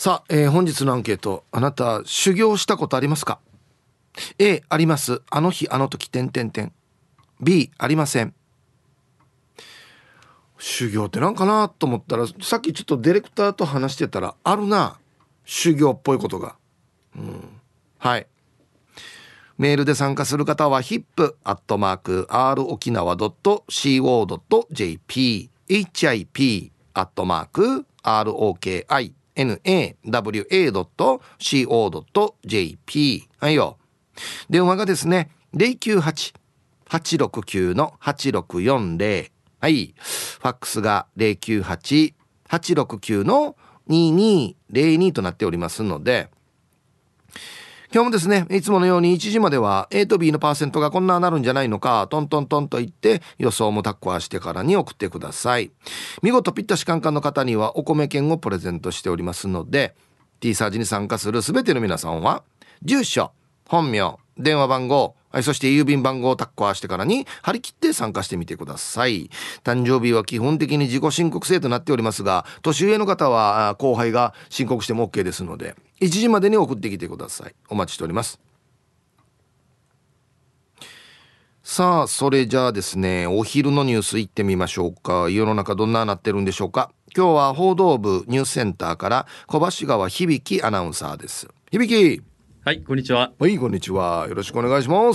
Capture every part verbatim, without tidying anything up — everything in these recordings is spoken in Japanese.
さあ、えー、本日のアンケート、あなた修行したことありますか？ A あります、あの日あの時点々点。 B ありません。修行ってなんかなと思ったら、さっきちょっとディレクターと話してたらあるな、修行っぽいことが、うん、はい。メールで参加する方は ヒップ アットマーク アール 沖縄 ドット シーオー ドット ジェーピー ヒップ アットマーク アール オーケーアイエヌエーダブリューエー ドット シーオー ドット ジェーピー。 はいよ。電話がですね ゼロきゅうはち はちろくきゅう はちろくよんゼロ。はい。ファックスが ゼロきゅうはち はちろくきゅう ににゼロにとなっておりますので、今日もですね、いつものようにいちじまでは A と B のパーセントがこんななるんじゃないのか、トントントンと言って予想もタッコアしてからに送ってください。見事ピッタシカンカンの方にはお米券をプレゼントしておりますので、 T サージに参加するすべての皆さんは住所、本名、電話番号、はい、そして郵便番号をタッコアしてからに張り切って参加してみてください。誕生日は基本的に自己申告制となっておりますが、年上の方は後輩が申告しても OK ですので、いちじまでに送ってきてください。お待ちしております。さあ、それじゃあですね、お昼のニュースいってみましょうか。世の中どんななってるんでしょうか。今日は報道部ニュースセンターから小橋川響アナウンサーです。響。 はい、こんにちは。 はい、こんにちは。よろしくお願いします。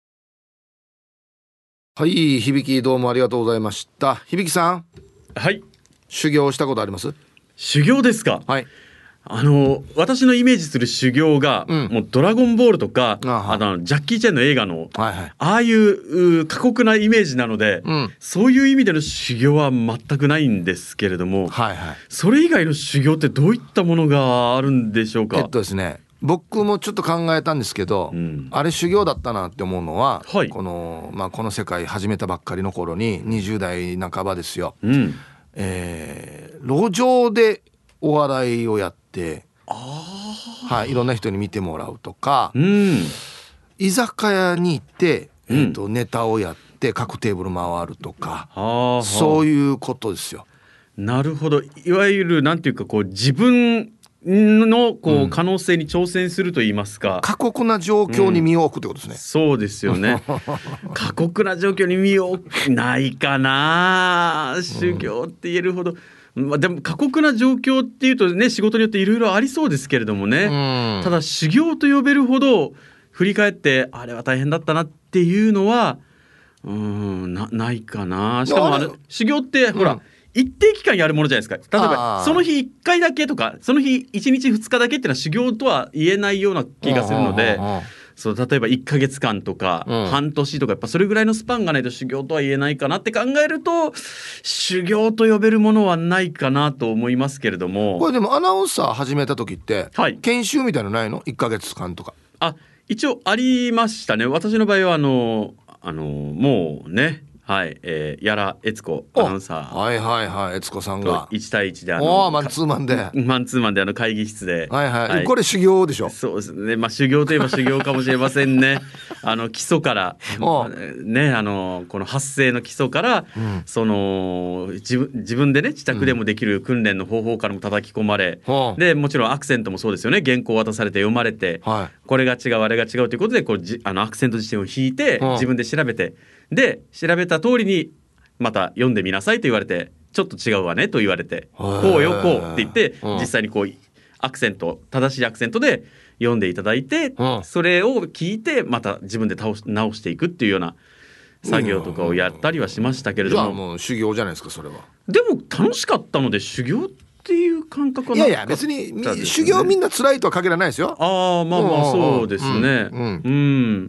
はい、響、どうもありがとうございました。響さん。 はい。 修行したことあります？ 修行ですか？ はい。 あの私のイメージする修行が、うん、もうドラゴンボールとか、ああのジャッキー・チェンの映画の、はいはい、ああいう過酷なイメージなので、うん、そういう意味での修行は全くないんですけれども、はいはい、それ以外の修行ってどういったものがあるんでしょうか？ えっとですね、僕もちょっと考えたんですけど、うん、あれ修行だったなって思うのは、はい、この、まあ、この世界始めたばっかりの頃ににじゅう代半ばですよ、うん、えー、路上でお笑いをやって、あ、はい、いろんな人に見てもらうとか、うん、居酒屋に行って、えーとうん、ネタをやって各テーブル回るとか、はあ、そういうことですよ。 なるほど。いわゆるなんていうか、こう自分のこう可能性に挑戦すると言いますか、 うん、過酷な状況に身を置くってことですね、うん、 そうですよね過酷な状況に身を置くないかな、修行って言えるほど、うん、まあ、でも過酷な状況っていうとね、仕事によっていろいろありそうですけれどもね、うん、ただ修行と呼べるほど振り返ってあれは大変だったなっていうのはうーん な, ないかな。しかもあの修行ってほら、うん、一定期間やるものじゃないですか。例えばその日いっかいだけとか、その日いちにちふつかだけっていうのは修行とは言えないような気がするので、そう例えばいっかげつかんとか、うん、半年とか、やっぱそれぐらいのスパンがないと修行とは言えないかなって考えると、修行と呼べるものはないかなと思いますけれども。 これでもアナウンサー始めた時って、はい、研修みたいなのないの？いっかげつかんとか。 あ、一応ありましたね。私の場合はあのあのもうね、はい、えー、やら悦子アナウンサー、 はいはいはい、悦子さんがいち対いちであのマンツーマンでマンツーマンであの会議室で、 はいはい、はい、これ修行でしょ。 そうですね、まあ修行といえば修行かもしれませんねあの基礎からね、あのこの発声の基礎から、うん、その自分自分でね自宅でもできる訓練の方法からも叩き込まれ、うん、でもちろんアクセントもそうですよね。原稿を渡されて読まれて、はい、これが違うあれが違うということでこうじあのアクセント辞典を引いて、うん、自分で調べて、で調べた通りにまた読んでみなさいと言われて、ちょっと違うわねと言われて、こうよこうって言って、実際にこうアクセント、正しいアクセントで読んでいただいて、それを聞いてまた自分で倒し直していくっていうような作業とかをやったりはしましたけれども、 じゃあもう修行じゃないですかそれは。 でも楽しかったので修行っていう感覚はなかったですね。 いやいや別に修行みんな辛いとは限らないですよ。 ああ、まあまあそうですね。うん、うんうん、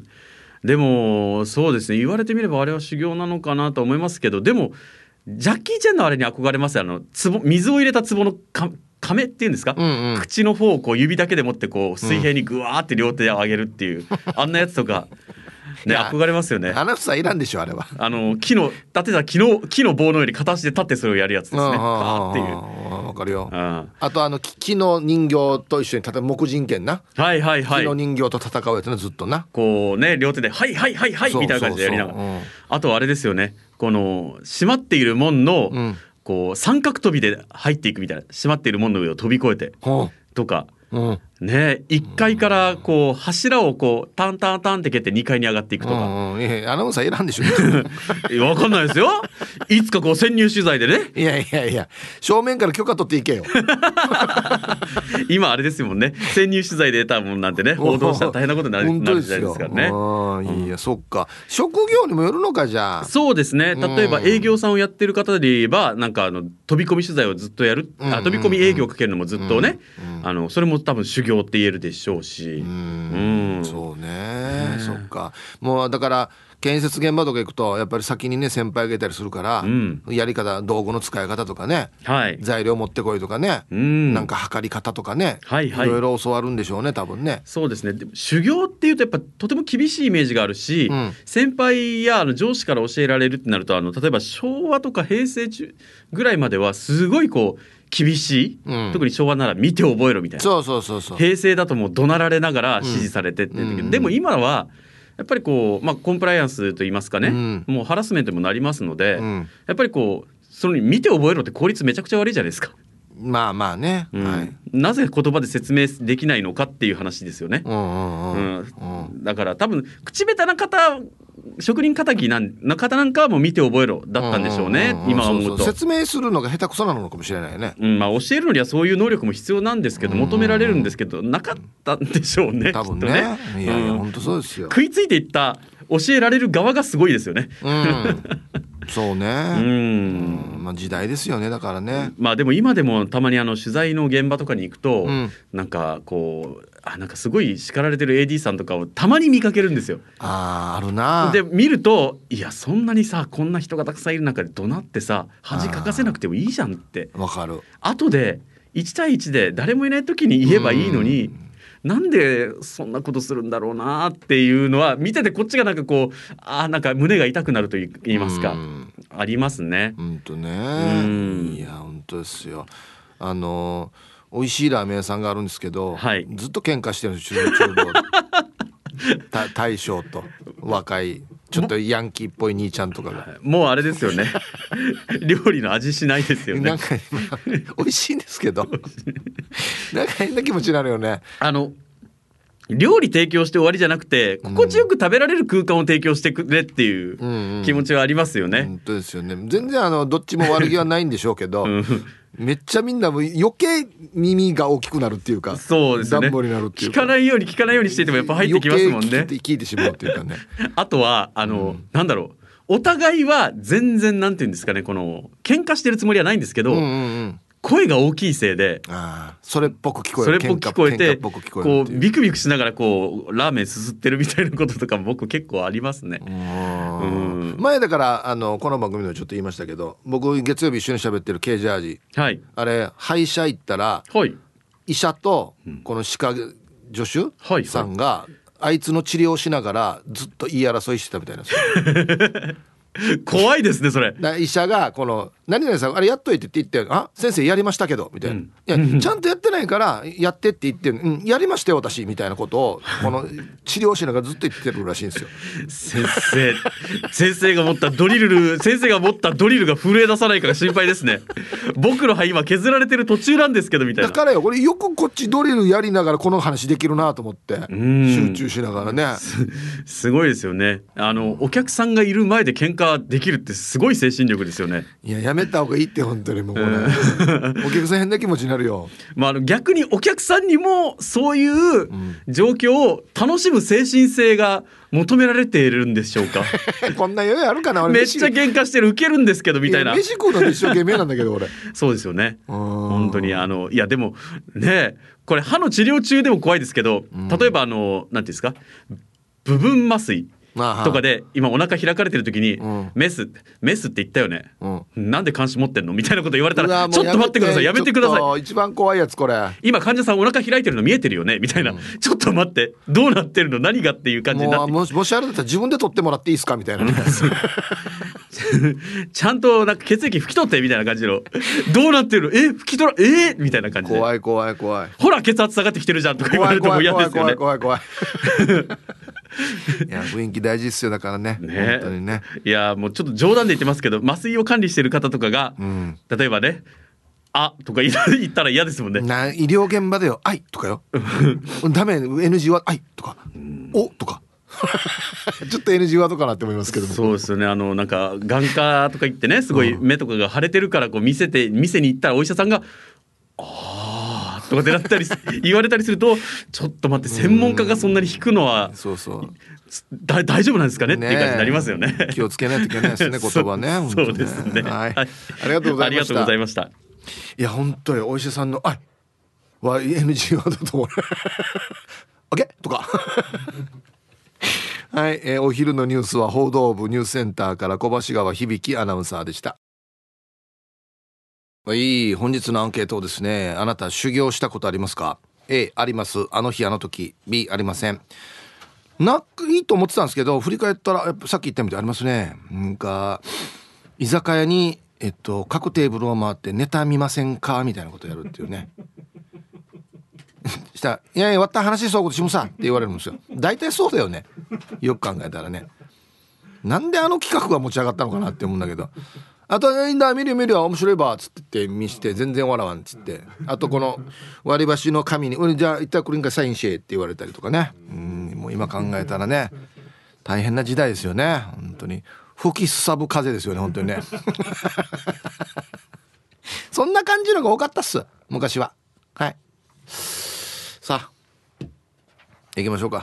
でもそうですね、言われてみればあれは修行なのかなと思いますけど、でもジャッキー・チェンのあれに憧れますよ。あの壺、水を入れた壺のか亀っていうんですか、うんうん、口の方をこう指だけで持ってこう水平にグワーって両手で上げるっていう、うん、あんなやつとかね、憧れますよね。 アナウンサーいらんでしょあれは。あの木の立てた木の木の棒のように片足で立ってそれをやるやつですね。あっていう。 わかるよ。あ, あとあの木の人形と一緒に例えば木人剣な。 はいはいはい。 木の人形と戦うやつね、ずっとな。 こうね、両手ではいはいはいはいみたいな感じでやりながら。うん、あとあれですよね。この閉まっている門の、うん、こう三角飛びで入っていくみたいな、閉まっている門の上を飛び越えて、 とか、 うんね、いっかいからこう柱をこうタンタンタンって蹴ってにかいに上がっていくとか、 うんうん、いやアナウンサーいらんでしょ分かんないですよ。いつかこう潜入取材でねいやいやいや正面から許可取っていけよ今あれですもんね、潜入取材で得たもんなんてね報道したら大変なことになる本当ですよ時代ですからね。 あいや、そっか職業にもよるのかじゃあ。 そうですね、例えば営業さんをやってる方で言えばなんかあの飛び込み取材をずっとやる、 うんうんうん、 あ飛び込み営業をかけるのもずっとね、 うんうん、 あのそれも多分修行って言えるでしょうし、 うん、 うん、 そうね、そっかもうだから建設現場とか行くとやっぱり先にね先輩がいたりするから、うん、やり方道具の使い方とかね、はい、材料持ってこいとかね、うん、なんか測り方とかね、はいはい、いろいろ教わるんでしょうね多分ね。 そうですね。でも修行っていうとやっぱとても厳しいイメージがあるし、うん、先輩やあの上司から教えられるってなるとあの例えば昭和とか平成中ぐらいまではすごいこう厳しい、うん、特に昭和なら見て覚えろみたいな、 そうそうそうそう、 平成だともう怒鳴られながら指示されてって、うん、でも今はやっぱりこう、まあ、コンプライアンスといいますかね、うん、もうハラスメントにもなりますので、うん、やっぱりこうその見て覚えろって効率めちゃくちゃ悪いじゃないですか。 まあまあね、 うん、 はい、 なぜ言葉で説明できないのかっていう話ですよね。だから多分口下手な方職人敵な方なんかはもう見て覚えろだったんでしょうね、うんうんうん、今思うと。そうそう説明するのが下手くそなのかもしれないよね、 うんまあ、教えるのにはそういう能力も必要なんですけど求められるんですけどなかったんでしょうね多分ね。ねいやいや、うん、本当そうですよ。 食いついていった教えられる側がすごいですよね、 うんそうね、うんうんまあ、時代ですよね。だからね、 まあでも今でもたまにあの取材の現場とかに行くと、うん、なんかこうあなんかすごい叱られてる エーディー さんとかをたまに見かけるんですよ。 あーあるな。 で見るといやそんなにさこんな人がたくさんいる中で怒鳴ってさ恥かかせなくてもいいじゃんって。 わかる。 後でいち対いちで誰もいない時に言えばいいのになんでそんなことするんだろうなっていうのは見ててこっちがなんかこうあなんか胸が痛くなると言いますかありますね。 本当ね。いや本当ですよ。あの美味しいラーメン屋さんがあるんですけど、はい、ずっと喧嘩してるんですよ厨房大将と若いちょっとヤンキーっぽい兄ちゃんとかがもうあれですよね料理の味しないですよね。 なんか美味しいんですけどなんか変な気持ちになるよね。 あの料理提供して終わりじゃなくて心地よく食べられる空間を提供してくれっていう気持ちはありますよね、うんうんうん、 本当ですよね。全然あのどっちも悪気はないんでしょうけど、うん、めっちゃみんなも余計耳が大きくなるっていうかそうですね、 暖房になるっていうか聞かないように聞かないようにしていてもやっぱ入ってきますもんね。 余計聞いて、聞いてしまうっていうかねあとはあの、うん、なんだろうお互いは全然なんていうんですかねこの喧嘩してるつもりはないんですけど、うんうんうん声が大きいせいであそれっぽく聞こえるそれっぽく聞こえてこうビクビクしながらこうラーメンすすってるみたいなこととかも僕結構ありますね。うん、 前だからあのこの番組でもちょっと言いましたけど僕月曜日一緒に喋ってる K ジャージ、はい、あれ歯医者行ったら、はい、医者とこの歯科助手さんが、はいはい、あいつの治療をしながらずっと言い争いしてたみたいなんですよ怖いですねそれ。 医者がこの何々さんあれやっといてって言ってあ先生やりましたけどみたいな、うん、いやちゃんとやってないからやってって言って、うん、やりましたよ私みたいなことをこの治療師なんかずっと言ってるらしいんですよ先生先生が持ったドリル先生が持ったドリルが震え出さないから心配ですね僕の歯今削られてる途中なんですけどみたいな。 だからよこれよくこっちドリルやりながらこの話できるなと思って集中しながらねす, すごいですよね。あのお客さんがいる前で喧嘩できるってすごい精神力ですよね。 いややめた方がいいって本当にもうこれお客さん変な気持ちになるよ、 まあ、あの逆にお客さんにもそういう状況を楽しむ精神性が求められているんでしょうかこんな余裕あるかな俺めっちゃ喧嘩してるウケるんですけどみたいな。 い飯食うのに一生懸命なんだけど俺そうですよね本当にあのいやでもねこれ歯の治療中でも怖いですけど例えばあのなんていうんですか部分麻酔とかで今お腹開かれてる時に、うん、メスメスって言ったよね、うん、なんで監視持ってんのみたいなこと言われたらちょっと待ってくださいやめてください一番怖いやつこれ今患者さんお腹開いてるの見えてるよねみたいな、うん、ちょっと待ってどうなってるの何がっていう感じになってもしもしあれだったら自分で取ってもらっていいですかみたいな、ね、 ちゃんとなんか血液拭き取ってみたいな感じのどうなってるのえ拭き取らえー、みたいな感じで怖い怖い怖いほら血圧下がってきてるじゃんとか言われるとも嫌ですよね。 怖い怖い怖い怖いいや雰囲気大事ですよだからねね本当にね。 いやもうちょっと冗談で言ってますけど麻酔を管理してる方とかが、うん、例えばねあとか言ったら嫌ですもんね。 な医療現場でよ、あいとかよダメ エヌジー はあいとかおとかちょっと エヌジー ワードかなって思いますけども。 そうですよね。あのなんか眼科とか行ってね、すごい目とかが腫れてるからこう見せて店に行ったらお医者さんがあーとかってなったり言われたりすると、ちょっと待って専門家がそんなに引くのはそうそうだ大丈夫なんですかねっていう感じになりますよね。 気をつけないといけないですね言葉ね。 そうそうですね、 はい、 はい、 ありがとうございました。 ありがとうございました。 いや本当にお医者さんのあいは エヌジー ワードだと思うオッケーとかはい、えー、お昼のニュースは報道部ニュースセンターから小橋川響アナウンサーでした。はい、本日のアンケートをですね、あなた修行したことありますか？ A あります、あの日あの時。 B ありません。ないいと思ってたんですけど振り返ったらやっぱさっき言ったみたいありますね。なんか居酒屋にえっと各テーブルを回ってネタ見ませんかみたいなことやるっていうねしたらいやいや終わった話そういうことしむさって言われるんですよ。大体そうだよね、よく考えたらね。なんであの企画が持ち上がったのかなって思うんだけど、あといいんだ見るよ見るよ面白いばっつって見して全然笑わんっつって、あとこの割り箸の紙に俺じゃあ一旦これにかサインしえって言われたりとかね。うん、もう今考えたらね大変な時代ですよね本当に。吹きすさぶ風ですよね本当にねそんな感じのが多かったっす昔は。はい、さあ行きましょうか。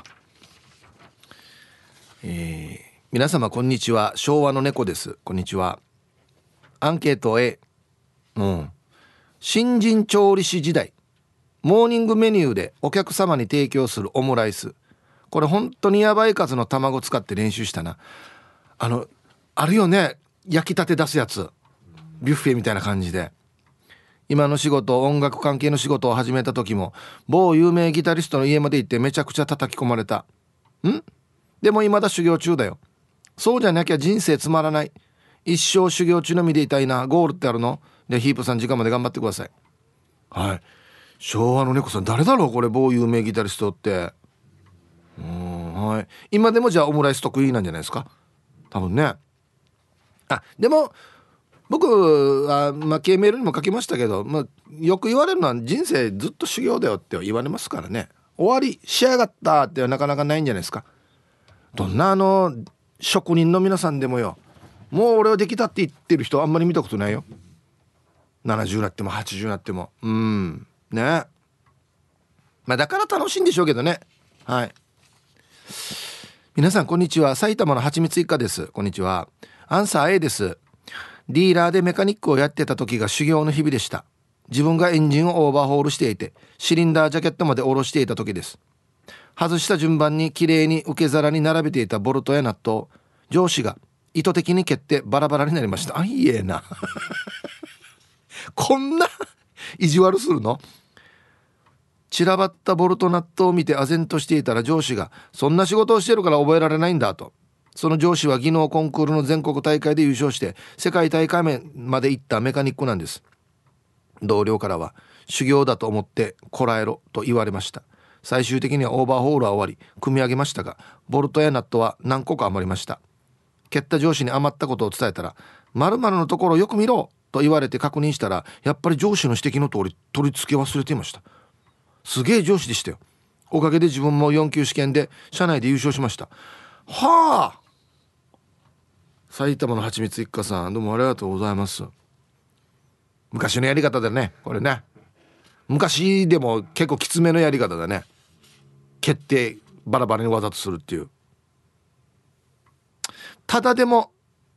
えー、皆様こんにちは、昭和の猫です。こんにちは。アンケート A、うん、新人調理師時代モーニングメニューでお客様に提供するオムライス、これ本当にやばい数の卵使って練習したな。あのあるよね、焼きたて出すやつ、ビュッフェみたいな感じで。今の仕事、音楽関係の仕事を始めた時も某有名ギタリストの家まで行ってめちゃくちゃ叩き込まれた。んでも未だ修行中だよ。そうじゃなきゃ人生つまらない。一生修行中の身でいたいな。ゴールってあるので、ヒープさん時間まで頑張ってください。はい、昭和の猫さん誰だろうこれ、某有名ギタリストって。うーん、はい、今でもじゃあオムライス得意なんじゃないですか多分ね。あでも僕は、まあ、K メールにも書きましたけど、まあ、よく言われるのは人生ずっと修行だよって言われますからね。終わり仕上がったってはなかなかないんじゃないですか。どんなあの職人の皆さんでもよ、もう俺はできたって言ってる人あんまり見たことないよ。ななじゅうなってもはちじゅうなっても、うんね、まあだから楽しいんでしょうけどね。はい、皆さんこんにちは、埼玉のはちみつ一家です。こんにちは。アンサー A です。ディーラーでメカニックをやってた時が修行の日々でした。自分がエンジンをオーバーホールしていてシリンダージャケットまで下ろしていた時です。外した順番にきれいに受け皿に並べていたボルトやナットを上司が意図的に蹴ってバラバラになりました。あ、いいえなこんな意地悪するの。散らばったボルトナットを見て唖然としていたら上司がそんな仕事をしてるから覚えられないんだと。その上司は技能コンクールの全国大会で優勝して世界大会まで行ったメカニックなんです。同僚からは修行だと思ってこらえろと言われました。最終的にはオーバーホールは終わり組み上げましたが、ボルトやナットは何個か余りました。蹴った上司に余ったことを伝えたら〇〇のところをよく見ろと言われて確認したら、やっぱり上司の指摘の通り取り付け忘れていました。すげえ上司でしたよ。おかげで自分もよん級試験で社内で優勝しました。はあ、埼玉のはちみつ一家さんどうもありがとうございます。昔のやり方だねこれね。昔でも結構きつめのやり方だね。蹴ってバラバラにわざとするっていう。ただでも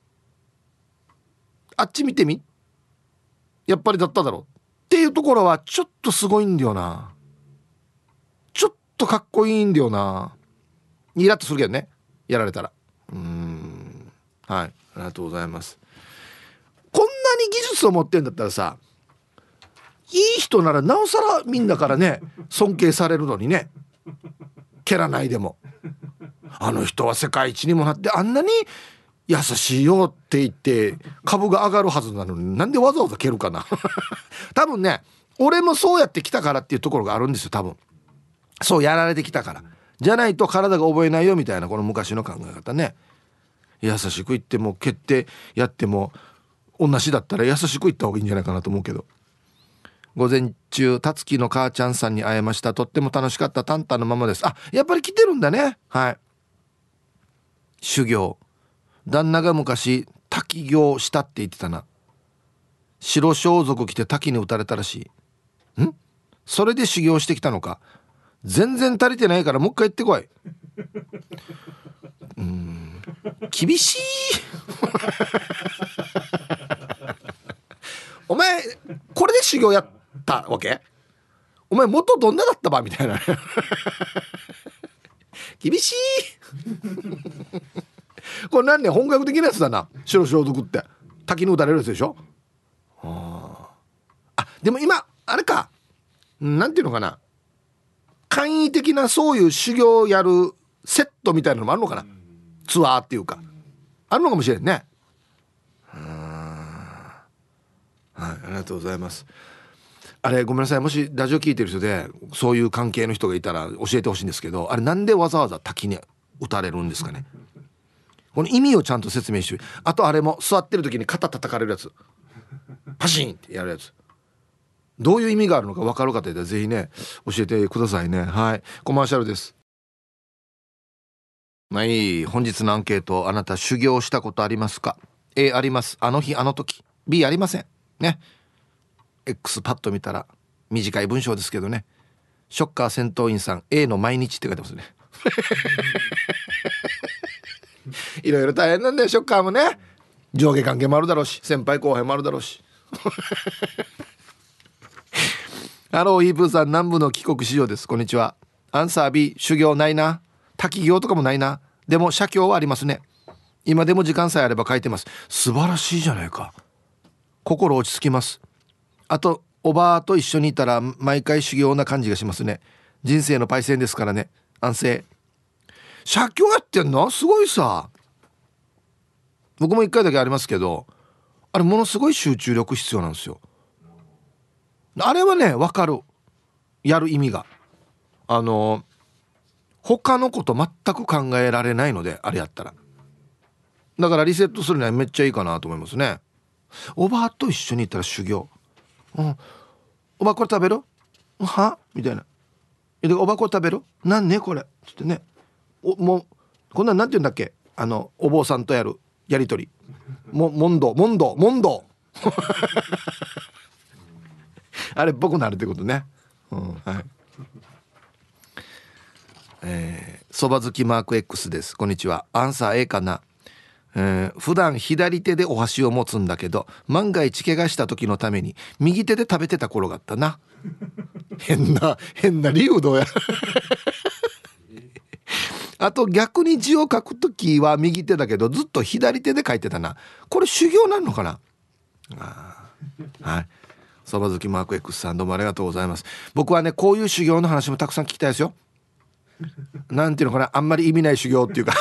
あっち見てみ、やっぱりだっただろっていうところはちょっとすごいんだよな。ちょっとかっこいいんだよな。イラッとするけどね、やられたら。うーん、はい、ありがとうございます。こんなに技術を持ってんだったらさ、いい人ならなおさらみんなからね尊敬されるのにね。蹴らないでもあの人は世界一にもなってあんなに優しいよって言って株が上がるはずなのに、なんでわざわざ蹴るかな多分ね、俺もそうやってきたからっていうところがあるんですよ。多分そうやられてきたからじゃないと体が覚えないよみたいな、この昔の考え方ね。優しく言っても蹴ってやっても同じだったら優しく言った方がいいんじゃないかなと思うけど。 午前中たつきの母ちゃんさんに会えました。とっても楽しかった。タンタンのままです。あ、やっぱり来てるんだね。はい。修行、旦那が昔滝行したって言ってたな。白装束着て滝に打たれたらしい。んそれで修行してきたのか。全然足りてないからもう一回行ってこい。うーん厳しいお前これで修行やったわけ？お前元どんなだったばみたいな厳しいこれ何ね、本格的なやつだな。白装束って滝に打たれるやつでしょ。ああ、でも今あれか、なんていうのかな、簡易的なそういう修行をやるセットみたいなのもあるのかな。ツアーっていうかあるのかもしれんね。あ、はい、ありがとうございます。あれごめんなさい、もしラジオ聞いてる人でそういう関係の人がいたら教えてほしいんですけど、あれなんでわざわざ滝に打たれるんですかね。この意味をちゃんと説明して。あとあれも座ってる時に肩叩かれるやつ、パシーンってやるやつ、どういう意味があるのか分かる方いたらぜひね教えてくださいね。はい、コマーシャルです。はい、本日のアンケート、あなた修行したことありますか？ A あります、あの日あの時。 B ありませんね。 X パッと見たら短い文章ですけどね。ショッカー戦闘員さん A の毎日って書いてますねいろいろ大変なんだよショッカーもね。上下関係もあるだろうし、先輩後輩もあるだろうしハローヒープーさん、南部の帰国子女です。こんにちは。アンサー B、 修行ないな。滝行とかもないな。でも写経はありますね。今でも時間さえあれば書いてます。素晴らしいじゃないか。心落ち着きます。あとおばあと一緒にいたら毎回修行な感じがしますね。人生のパイセンですからね。安静。写経やってんのすごいさ。僕も一回だけありますけど、あれものすごい集中力必要なんですよ。あれはね分かる、やる意味が。あの他のこと全く考えられないので、あれやったらだからリセットするにはめっちゃいいかなと思いますね。おばあと一緒にいたら修行、うん、おばあこれ食べるはみたいな。でおばあこれ食べるなんねこれつってね。おもうこんなんなんて言うんだっけ、あのお坊さんとやるやりとり、も問答問答問答あれっぽくなるってことね、うん、はい。えー、そば好きマーク X です。こんにちは。アンサー A かな。えー、普段左手でお箸を持つんだけど、万が一怪我した時のために右手で食べてた頃があったな。変な変な理由どうやあと逆に字を書く時は右手だけどずっと左手で書いてたな。これ修行なのかな。あ、はい。そば好きマーク X さん、どうもありがとうございます。僕はねこういう修行の話もたくさん聞きたいですよ。なんていうのかな、あんまり意味ない修行っていうか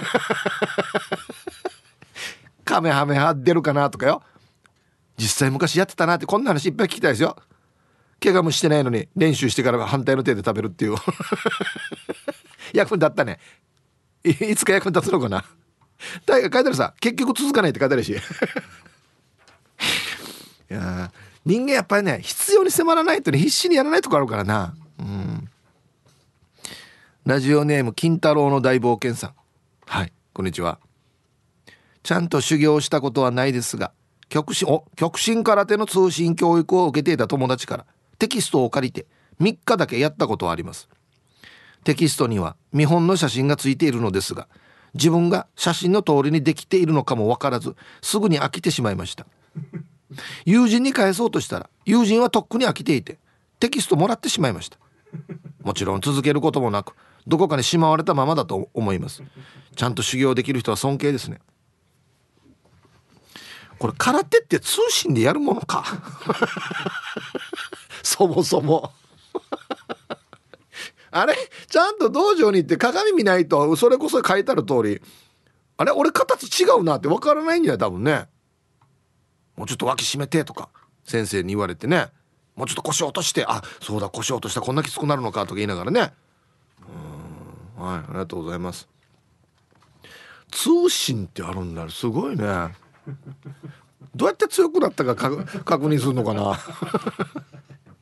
カメハメハ出るかなとかよ。実際昔やってたなって、こんな話いっぱい聞きたいですよ。怪我もしてないのに練習してから反対の手で食べるっていう役に立ったね。 い, いつか役に立つのかな。書いてあるさ、結局続かないって書いてあるしいや人間やっぱりね必要に迫らないとね必死にやらないとこあるからな。うん。ラジオネーム金太郎の大冒険さん、はい、こんにちは。ちゃんと修行したことはないですが、極真お極真空手の通信教育を受けていた友達からテキストを借りてみっかだけやったことはあります。テキストには見本の写真がついているのですが、自分が写真の通りにできているのかも分からず、すぐに飽きてしまいました。友人に返そうとしたら友人はとっくに飽きていてテキストもらってしまいました。もちろん続けることもなくどこかにしまわれたままだと思います。ちゃんと修行できる人は尊敬ですね。これ空手って通信でやるものかそもそもあれちゃんと道場に行って鏡見ないと、それこそ書いてある通り、あれ俺形違うなって分からないんじゃない多分ね。もうちょっと脇締めてとか先生に言われてね、もうちょっと腰落として、あそうだ腰落としたらこんなきつくなるのかとか言いながらね。うーん、はい、ありがとうございます。通信ってあるんだ、すごいね。どうやって強くなったか確認するのかな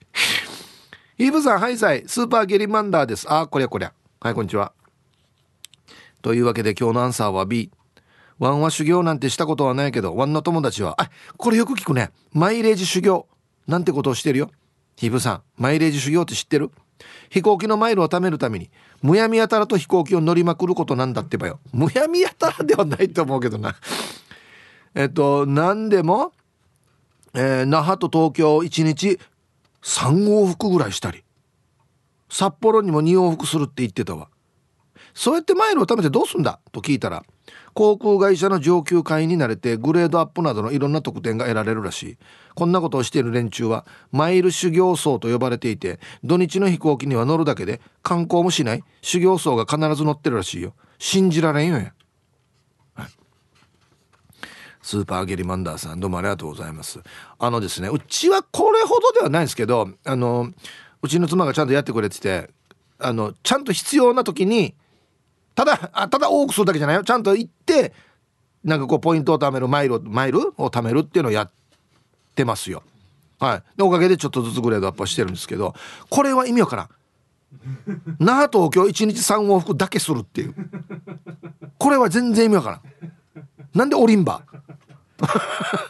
イブさん、ハイサイ、スーパーゲリマンダーです。あー、こりゃこりゃ。はい、こんにちは。というわけで今日のアンサーは B。 ワンは修行なんてしたことはないけど、ワンの友達は、あ、これよく聞くね。マイレージ修行なんてことをしてるよ。イブさん、マイレージ修行って知ってる？飛行機のマイルを貯めるためにむやみやたらと飛行機を乗りまくることなんだってばよ。むやみやたらではないと思うけどな。えっと何でも、えー、那覇と東京いちにちさん往復ぐらいしたり、札幌にもに往復するって言ってたわ。そうやってマイルを貯めてどうすんだと聞いたら、航空会社の上級会員になれてグレードアップなどのいろんな特典が得られるらしい。こんなことをしている連中はマイル修行僧と呼ばれていて、土日の飛行機には乗るだけで観光もしない修行僧が必ず乗ってるらしいよ。信じられんよや、はい、スーパーゲリマンダーさん、どうもありがとうございます。あのですね、うちはこれほどではないんですけど、あのうちの妻がちゃんとやってくれてて、あのちゃんと必要な時にただあただ多くするだけじゃないよ、ちゃんと行ってなんかこうポイントを貯める、マイルマイルを貯めるっていうのをやってますよ。はい。でおかげでちょっとずつグレードアップはしてるんですけど、これは意味わからん。那覇東京いちにちさん往復だけするっていう、これは全然意味わからん。なんでオリンバこんな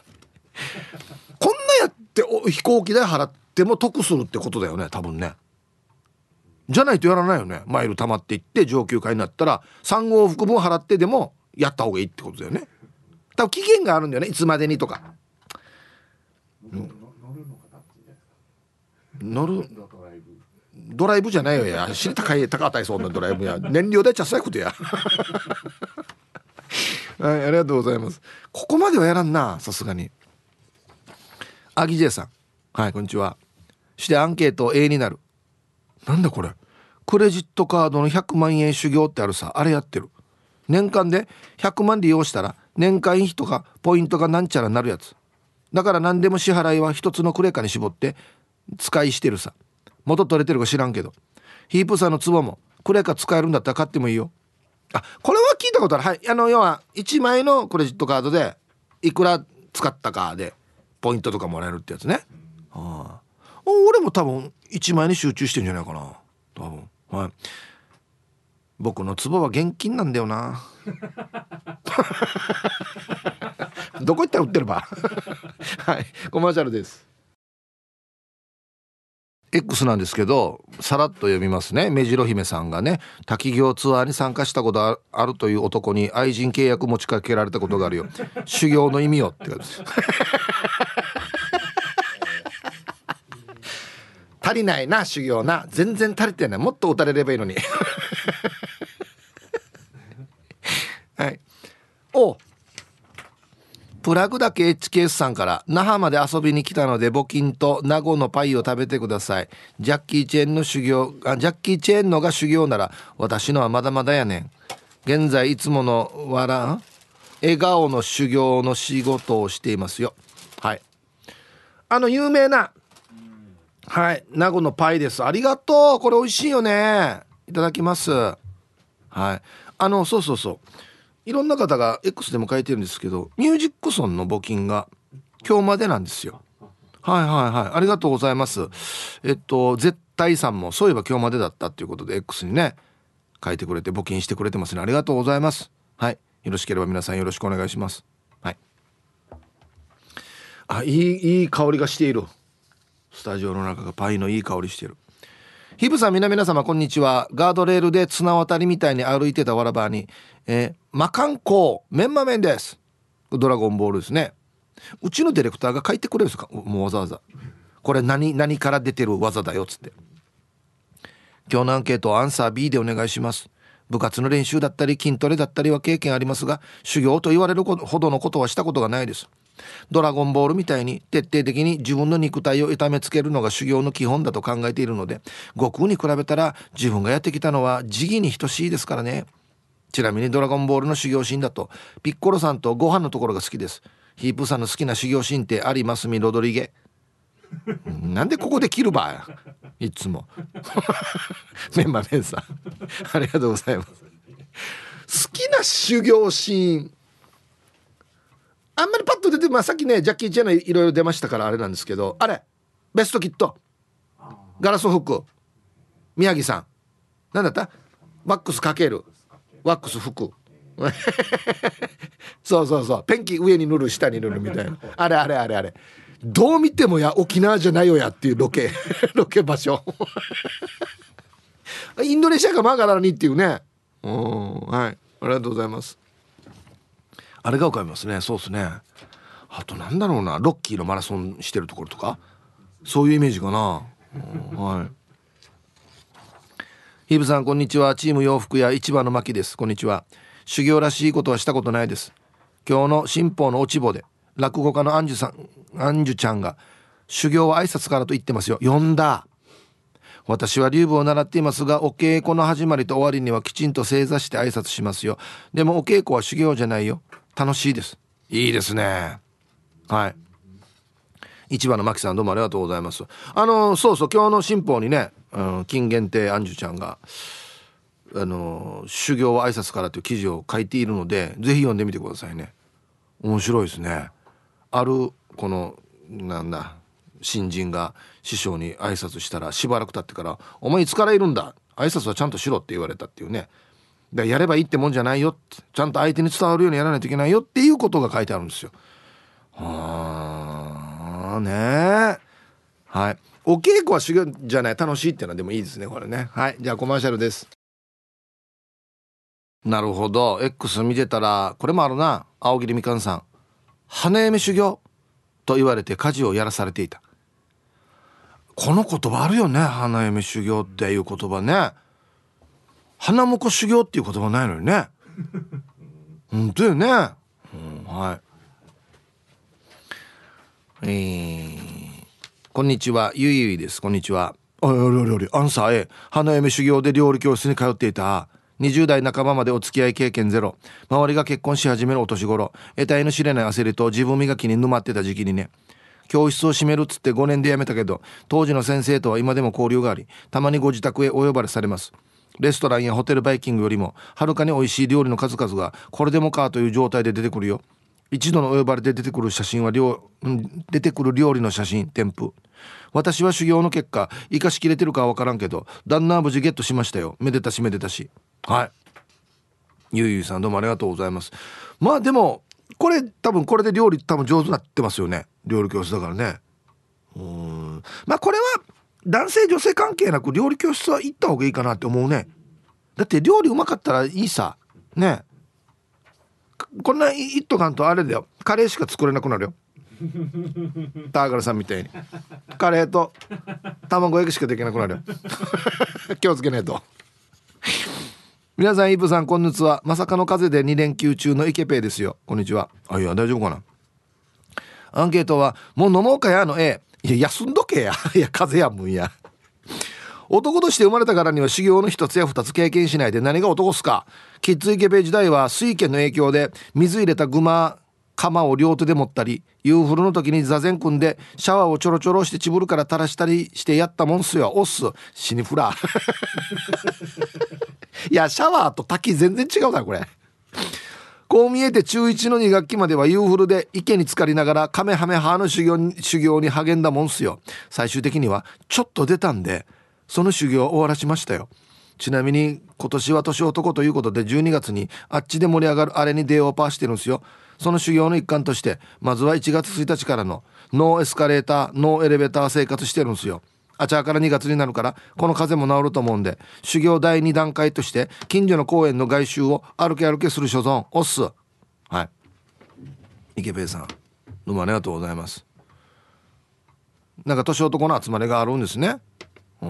やって飛行機代払っても得するってことだよね、多分ね。じゃないとやらないよね。マイル溜まっていって上級会になったらさん往復分払ってでもやった方がいいってことだよね。多分期限があるんだよね、いつまでにとか。乗るドライブじゃないよや。知り高い高値そうなドライブや。燃料代ちゃっさいことや。はい、ありがとうございます。ここまではやらんな、さすがに。アギジェイさん、はい、こんにちは。してアンケート A になる。なんだこれ、クレジットカードのひゃくまんえん修行ってあるさ、あれやってる。年間でひゃくまん利用したら年会費とかポイントがなんちゃらなるやつだから、何でも支払いは一つのクレカに絞って使いしてるさ。元取れてるか知らんけど、ヒープさんのツボもクレカ使えるんだったら買ってもいいよ。あ、これは聞いたことある。はい、あの要はいちまいのクレジットカードでいくら使ったかでポイントとかもらえるってやつね。はあ、俺も多分いちまいに集中してんじゃないかな、多分。はい、僕のツボは現金なんだよな。どこ行ったら売ってるば。はい、コマーシャルです。 X なんですけど、さらっと読みますね。目白姫さんがね、滝行ツアーに参加したことあるという男に愛人契約持ちかけられたことがあるよ。修行の意味よって感じです。足りないな、修行な。全然足りてない。もっと打たれればいいのに。はい。お、プラグだけ エイチケーエス さんから、那覇まで遊びに来たので募金と名護のパイを食べてください。ジャッキー・チェーンの修行あジャッキー・チェーンのが修行なら私のはまだまだやねん。現在いつもの笑笑顔の修行の仕事をしていますよ。はい、あの有名な、はい、名護のパイです。ありがとう。これ美味しいよね。いただきます。はい、あのそうそうそう、いろんな方が X でも書いてるんですけど、ミュージックソンの募金が今日までなんですよ。はいはいはい、ありがとうございます。えっと絶対さんもそういえば今日までだったっていうことで X にね書いてくれて募金してくれてますね。ありがとうございます。はい、よろしければ皆さんよろしくお願いします。はい、あ、いいいい香りがしている。スタジオの中がパイのいい香りしている。ヒブさん、皆々様こんにちは。ガードレールで綱渡りみたいに歩いてたわらばに、えー、魔漢光メンマ麺です。ドラゴンボールですね。うちのディレクターが書いてくれるんですか、もうわざわざ。これ何何から出てる技だよっつって。今日のアンケートアンサー B でお願いします。部活の練習だったり筋トレだったりは経験ありますが、修行と言われるほどのことはしたことがないです。ドラゴンボールみたいに徹底的に自分の肉体を痛めつけるのが修行の基本だと考えているので、悟空に比べたら自分がやってきたのは時期に等しいですからね。ちなみにドラゴンボールの修行シーンだとピッコロさんとご飯のところが好きです。ヒープさんの好きな修行シーンってありますみロドリゲ。なんでここで切るばやいつも。メンマメンさんありがとうございます。好きな修行シーンあんまりパッと出て、まあ、さっきねジャッキー・チェンのいろいろ出ましたからあれなんですけど、あれベストキット、 ガラス拭く宮城さん、なんだったワックスかけるワックス拭くそうそうそう、ペンキ上に塗る下に塗るみたいな、あれあれあれあれ、どう見てもや沖縄じゃないよやっていうロケロケ場所インドネシアかマーガラにっていうね。うん、はい、ありがとうございます。あれが浮かびますね。そうですね。あとなんだろうな、ロッキーのマラソンしてるところとか、そういうイメージかな。うん、はい。ヒブさんこんにちは。チーム洋服屋市場の牧です。こんにちは。修行らしいことはしたことないです。今日の新報の落ち穂で落語家のアンジュさん、アンジュちゃんが修行は挨拶からと言ってますよ。読んだ。私は流舞を習っていますが、お稽古の始まりと終わりにはきちんと正座して挨拶しますよ。でもお稽古は修行じゃないよ。楽しいです。いいですね。はい。市場の牧さんどうもありがとうございます。あのそうそう、今日の新報にね、うん、金限定アンジュちゃんがあの修行は挨拶からという記事を書いているので、ぜひ読んでみてくださいね。面白いですね。あるこのなんだ新人が師匠に挨拶したら、しばらく経ってから「お前いつからいるんだ、挨拶はちゃんとしろ」って言われたっていうね。だからやればいいってもんじゃないよって、ちゃんと相手に伝わるようにやらないといけないよっていうことが書いてあるんですよ。はあね。はい。お稽古は修行じゃない、楽しいっていうのはでもいいですねこれね。はい、じゃあコマーシャルです。なるほど。 X 見てたらこれもあるな。青桐みかんさん、花嫁修行と言われて家事をやらされていた。この言葉あるよね、花嫁修行っていう言葉ね。花婿修行っていう言葉ないのよね。本当よね、うん、はい。えー、こんにちは、ゆいゆいです。こんにちは。あああんさえ花嫁修行で料理教室に通っていた。にじゅう代半ばまでお付き合い経験ゼロ、周りが結婚し始めるお年頃、得体の知れない焦りと自分磨きに沼ってた時期にね、教室を閉めるっつってごねんで辞めたけど、当時の先生とは今でも交流があり、たまにご自宅へお呼ばれされます。レストランやホテルバイキングよりもはるかに美味しい料理の数々がこれでもかという状態で出てくるよ。一度のお呼ばれで出てくる写真は料、うん、出てくる料理の写真添付。私は修行の結果生かしきれてるかは分からんけど、旦那は無事ゲットしましたよ。めでたしめでたし。はい、ゆうゆうさんどうもありがとうございます。まあでもこれ多分これで料理多分上手になってますよね。料理教室だからね。うーん、まあこれは男性女性関係なく料理教室は行った方がいいかなって思うね。だって料理うまかったらいいさね。こんな一斗缶とあれだよ、カレーしか作れなくなるよ。ターガルさんみたいにカレーと卵焼きしかできなくなるよ気をつけないと。皆さんイブさんこんにちは。まさかの風でに連休中のイケペイですよ。こんにちは。あ、いや大丈夫かな。アンケートはもう飲もうかやの A。 いや休んどけやいや風やむんや。男として生まれたからには修行の一つや二つ経験しないで何が男っすか。キッズイケペイ時代は水拳の影響で水入れたグマ釜を両手で持ったり、夕風呂の時に座禅組んでシャワーをちょろちょろしてチブルから垂らしたりしてやったもんすよ。おっす死にフラいやシャワーと滝全然違うなこれ。こう見えて中いちのに学期までは夕風呂で池に浸かりながらカメハメハの修行に修行に励んだもんすよ。最終的にはちょっと出たんでその修行を終わらしましたよ。ちなみに今年は年男ということでじゅうにがつにあっちで盛り上がるあれに出ようパーしてるんですよ。その修行の一環としてまずはいちがつついたちからのノーエスカレーターノーエレベーター生活してるんですよ。あちゃからにがつになるからこの風邪も治ると思うんで、修行だいに段階として近所の公園の外周を歩け歩けする所存おっす。はい、池ペイさんどうもありがとうございます。なんか年男の集まりがあるんですね。うん、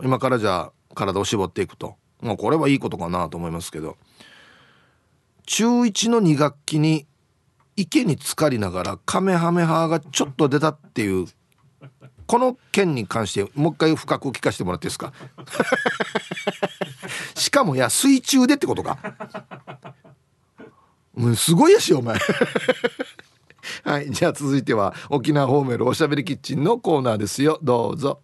今からじゃあ体を絞っていくと、まあ、これはいいことかなと思いますけど、中いちのに学期に池に浸かりながらカメハメハがちょっと出たっていうこの件に関してもう一回深く聞かせてもらっていいですかしかもいや水中でってことかもうすごいやしお前はい、じゃあ続いては沖縄ホーメルおしゃべりキッチンのコーナーですよ。どうぞ。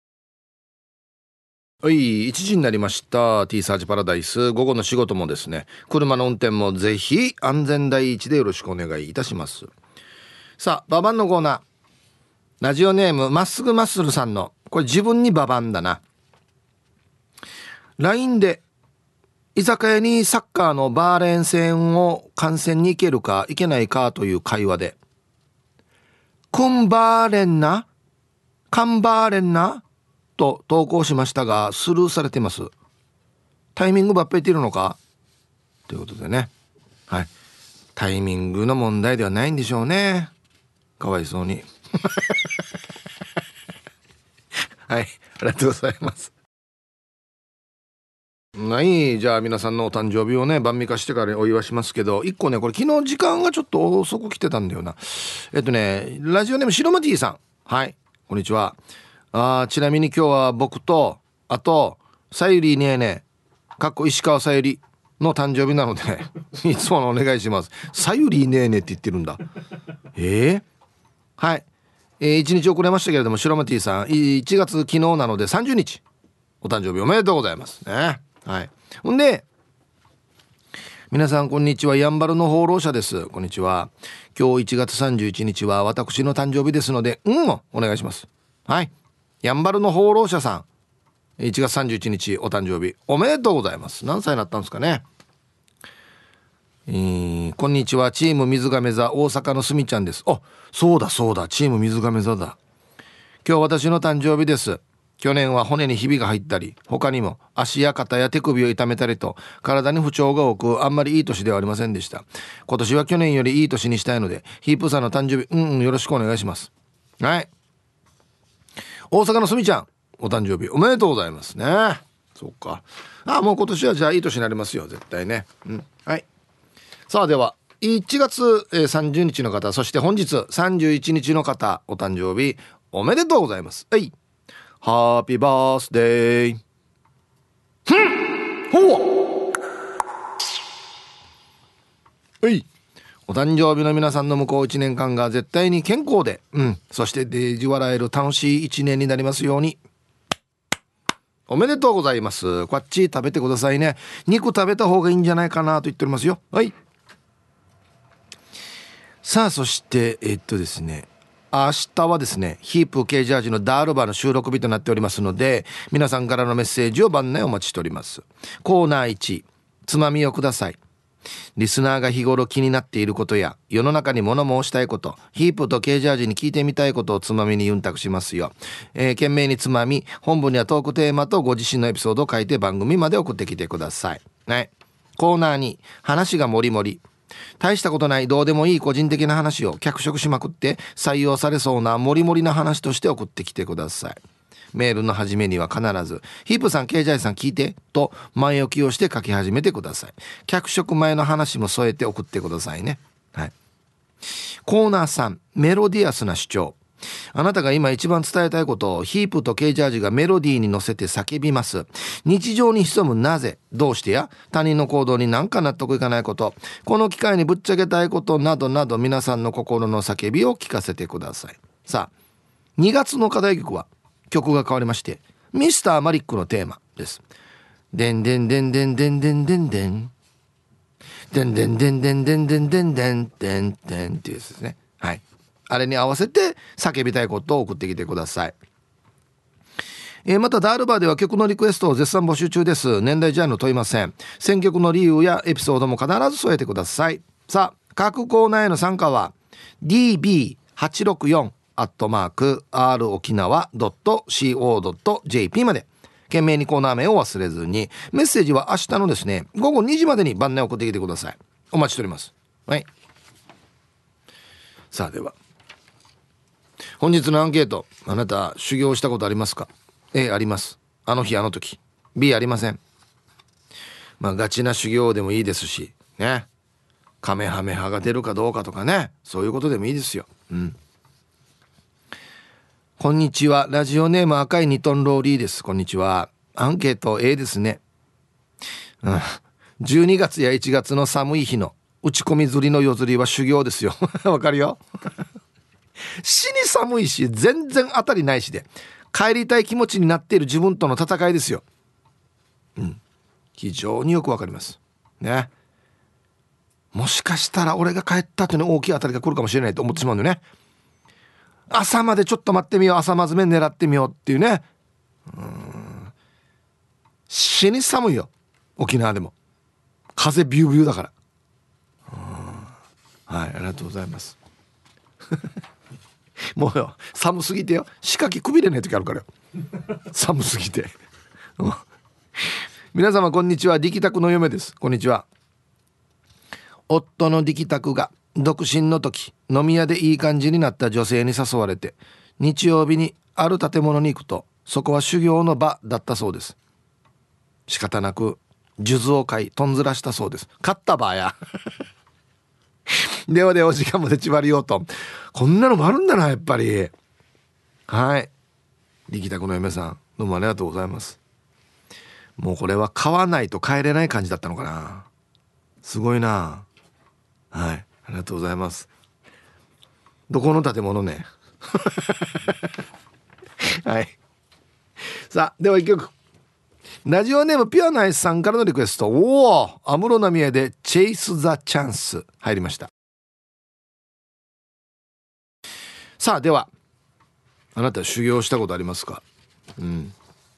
はい、いちじになりました。 T サージパラダイス、午後の仕事もですね、車の運転もぜひ安全第一でよろしくお願いいたします。さあババンのコーナー、ラジオネームまっすぐマッスルさんのこれ自分にババンだな。 ライン で居酒屋にサッカーのバーレーン戦を観戦に行けるか行けないかという会話で、クンバーレンなカンバーレンなと投稿しましたがスルーされています。タイミングばっぺいているのかということでね。はい、タイミングの問題ではないんでしょうね。かわいそうにはい、ありがとうございます。はい、じゃあ皆さんのお誕生日をね晩御飯してからお祝いしますけど、一個ねこれ昨日時間がちょっと遅く来てたんだよな。えっとねラジオネーム白マティさん、はい、こんにちは。あ、ちなみに今日は僕とあとさゆりねえねかっこ石川さゆりの誕生日なのでいつものお願いします。さゆりねえねって言ってるんだ。えー、はい、えー、いちにち遅れましたけれども白マティさんいちがつ昨日なのでさんじゅうにちお誕生日おめでとうございますね。はい。ほんで皆さんこんにちは、やんばるの放浪者です。こんにちは。今日いちがつさんじゅういちにちは私の誕生日ですのでうんをお願いします。はい、やんばるの放浪者さんいちがつさんじゅういちにちお誕生日おめでとうございます。何歳になったんですかね。えー、こんにちは、チーム水亀座大阪のすみちゃんです。あ、そうだそうだ、チーム水亀座だ。今日私の誕生日です。去年は骨にひびが入ったり他にも足や肩や手首を痛めたりと体に不調が多くあんまりいい年ではありませんでした。今年は去年よりいい年にしたいのでヒープさんの誕生日うん、うん、よろしくお願いします。はい、大阪のすみちゃんお誕生日おめでとうございますね。そうか、あ、もう今年はじゃあいい年になりますよ絶対ね、うん、はい。さあではいちがつさんじゅうにちの方、そして本日さんじゅういちにちの方お誕生日おめでとうございます。はい、ハッピーバースデー。ふんほうはい、お誕生日の皆さんの向こういちねんかんが絶対に健康で、うん、そしてデージ笑える楽しいいちねんになりますように。おめでとうございます。こっち食べてくださいね。肉食べた方がいいんじゃないかなと言っておりますよ。はい。さあそしてえっとですね明日はですねヒープ系ジャージのダールバーの収録日となっておりますので皆さんからのメッセージを番内お待ちしております。コーナーいちつまみをください。リスナーが日頃気になっていることや世の中に物申したいこと、ヒープとケージャージに聞いてみたいことをつまみにユンタクしますよ。えー、懸命につまみ、本文にはトークテーマとご自身のエピソードを書いて番組まで送ってきてください。はい。コーナーに話がもりもり、大したことないどうでもいい個人的な話を脚色しまくって採用されそうなモリモリな話として送ってきてください。メールの始めには必ずヒープさんケージャイさん聞いてと前置きをして書き始めてください。脚色前の話も添えて送ってくださいね。はい。コーナーさんメロディアスな主張。あなたが今一番伝えたいことをヒープとケージャージがメロディーに乗せて叫びます。日常に潜むなぜ、どうしてや他人の行動に何か納得いかないこと、この機会にぶっちゃけたいことなどなど皆さんの心の叫びを聞かせてください。さあにがつの課題曲は曲が変わりましてミスターマリックのテーマです。でんでんでんでんでんでんでんでんでんでんでんでんでんでんでんでんでんでんっていうやつですね。はい、あれに合わせて叫びたいことを送ってきてください。えー、またダールバーでは曲のリクエストを絶賛募集中です。年代ジャンル問いません。選曲の理由やエピソードも必ず添えてください。さあ各コーナーへの参加は ディービーはちろくよん アットマーク アール 沖縄 ドット シーオー ドット ジェーピー まで懸命にコーナー名を忘れずにメッセージは明日のですねごごにじまでに番内送ってきてください。お待ちしております。はい。さあでは本日のアンケート、あなた修行したことありますか？ A あります。あの日あの時。 B ありません。まあガチな修行でもいいですしね、カメハメハが出るかどうかとかね、そういうことでもいいですよ。うん。こんにちは、ラジオネーム赤いニトンローリーです。こんにちは。アンケート A ですね。うん、じゅうにがつやいちがつの寒い日の打ち込み釣りの夜釣りは修行ですよ。わかるよ。死に寒いし全然当たりないしで帰りたい気持ちになっている自分との戦いですよ。うん、非常によくわかりますね。もしかしたら俺が帰った後に大きい当たりが来るかもしれないと思ってしまうんだよね。 朝までちょっと待ってみよう、朝まずめ狙ってみようっていうね。うーん、死に寒いよ沖縄でも、風ビュービューだから。はい、ありがとうございますもうよ、寒すぎてよ、仕掛けくびれない時あるからよ寒すぎて皆様こんにちは、力宅の嫁です。こんにちは。夫の力宅が独身の時、飲み屋でいい感じになった女性に誘われて、日曜日にある建物に行くと、そこは修行の場だったそうです。仕方なく数珠を買いとんずらしたそうです。買った場やではでお時間まで縛りようと。こんなのもあるんだな、やっぱり。はい、力宅の嫁さん、どうもありがとうございます。もうこれは買わないと帰れない感じだったのかな。すごいな。はい、ありがとうございます。どこの建物ねはい、さあでは一曲。ラジオネームピュアナイスさんからのリクエスト。おお、安室奈美恵でチェイスザチャンス入りました。さあでは、あなた修行したことありますか？うん。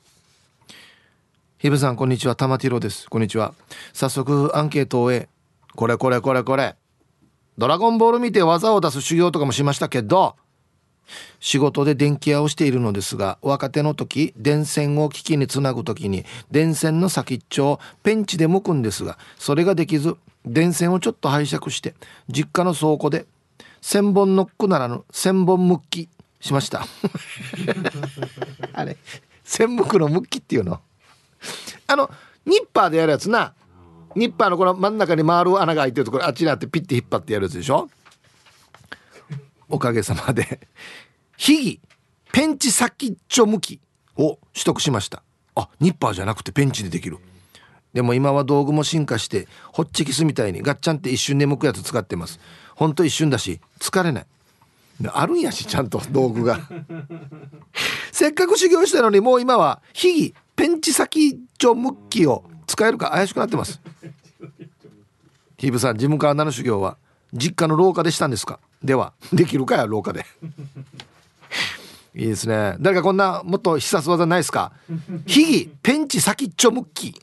ひぶさんこんにちは、玉ティロです。こんにちは。早速アンケートを終え、これこれこれこれドラゴンボール見て技を出す修行とかもしましたけど、仕事で電気屋をしているのですが、若手の時電線を機器につなぐ時に電線の先っちょをペンチで剥くんですが、それができず電線をちょっと拝借して実家の倉庫で千本ノックならぬ千本ムッキしましたあれ千むくのムッキっていうの、あのニッパーでやるやつな。ニッパーのこの真ん中に回る穴が開いてるところ、あっちにあってピッて引っ張ってやるやつでしょ。おかげさまで秘技ペンチ先っちょ向きを取得しました。あ、ニッパーじゃなくてペンチでできる。でも今は道具も進化してホッチキスみたいにガッチャンって一瞬で剥くやつ使ってます。ほんと一瞬だし疲れない。あるんやし、ちゃんと道具がせっかく修行したのに、もう今は秘技ペンチ先っちょ向きを使えるか怪しくなってます。ヒブさん、事務官の修行は実家の廊下でしたんですか？ではできるかや、廊下でいいですね。誰かこんなもっと必殺技ないですか？秘技ペンチ先っちょムッキ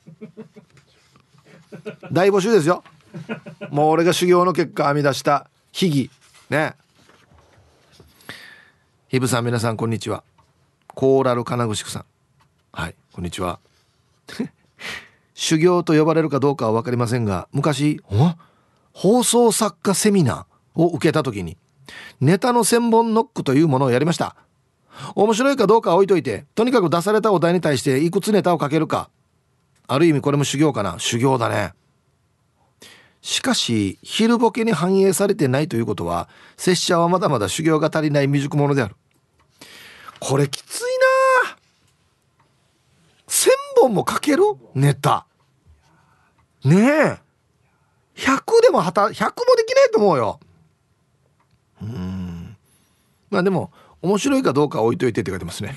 大募集ですよ。もう俺が修行の結果編み出した秘技ね。ヒブさん、皆さんこんにちは。コーラル金具宿さん、はい、こんにちは修行と呼ばれるかどうかは分かりませんが、昔放送作家セミナーを受けた時にネタの千本ノックというものをやりました。面白いかどうかは置いといて、とにかく出されたお題に対していくつネタをかけるか、ある意味これも修行かな。修行だね。しかし昼ボケに反映されてないということは、拙者はまだまだ修行が足りない未熟者である。これきついな。千本もかけるネタねえ、ひゃくでもはたひゃくもできないと思うよ。うーん、まあでも面白いかどうかは置いといてって書いてますね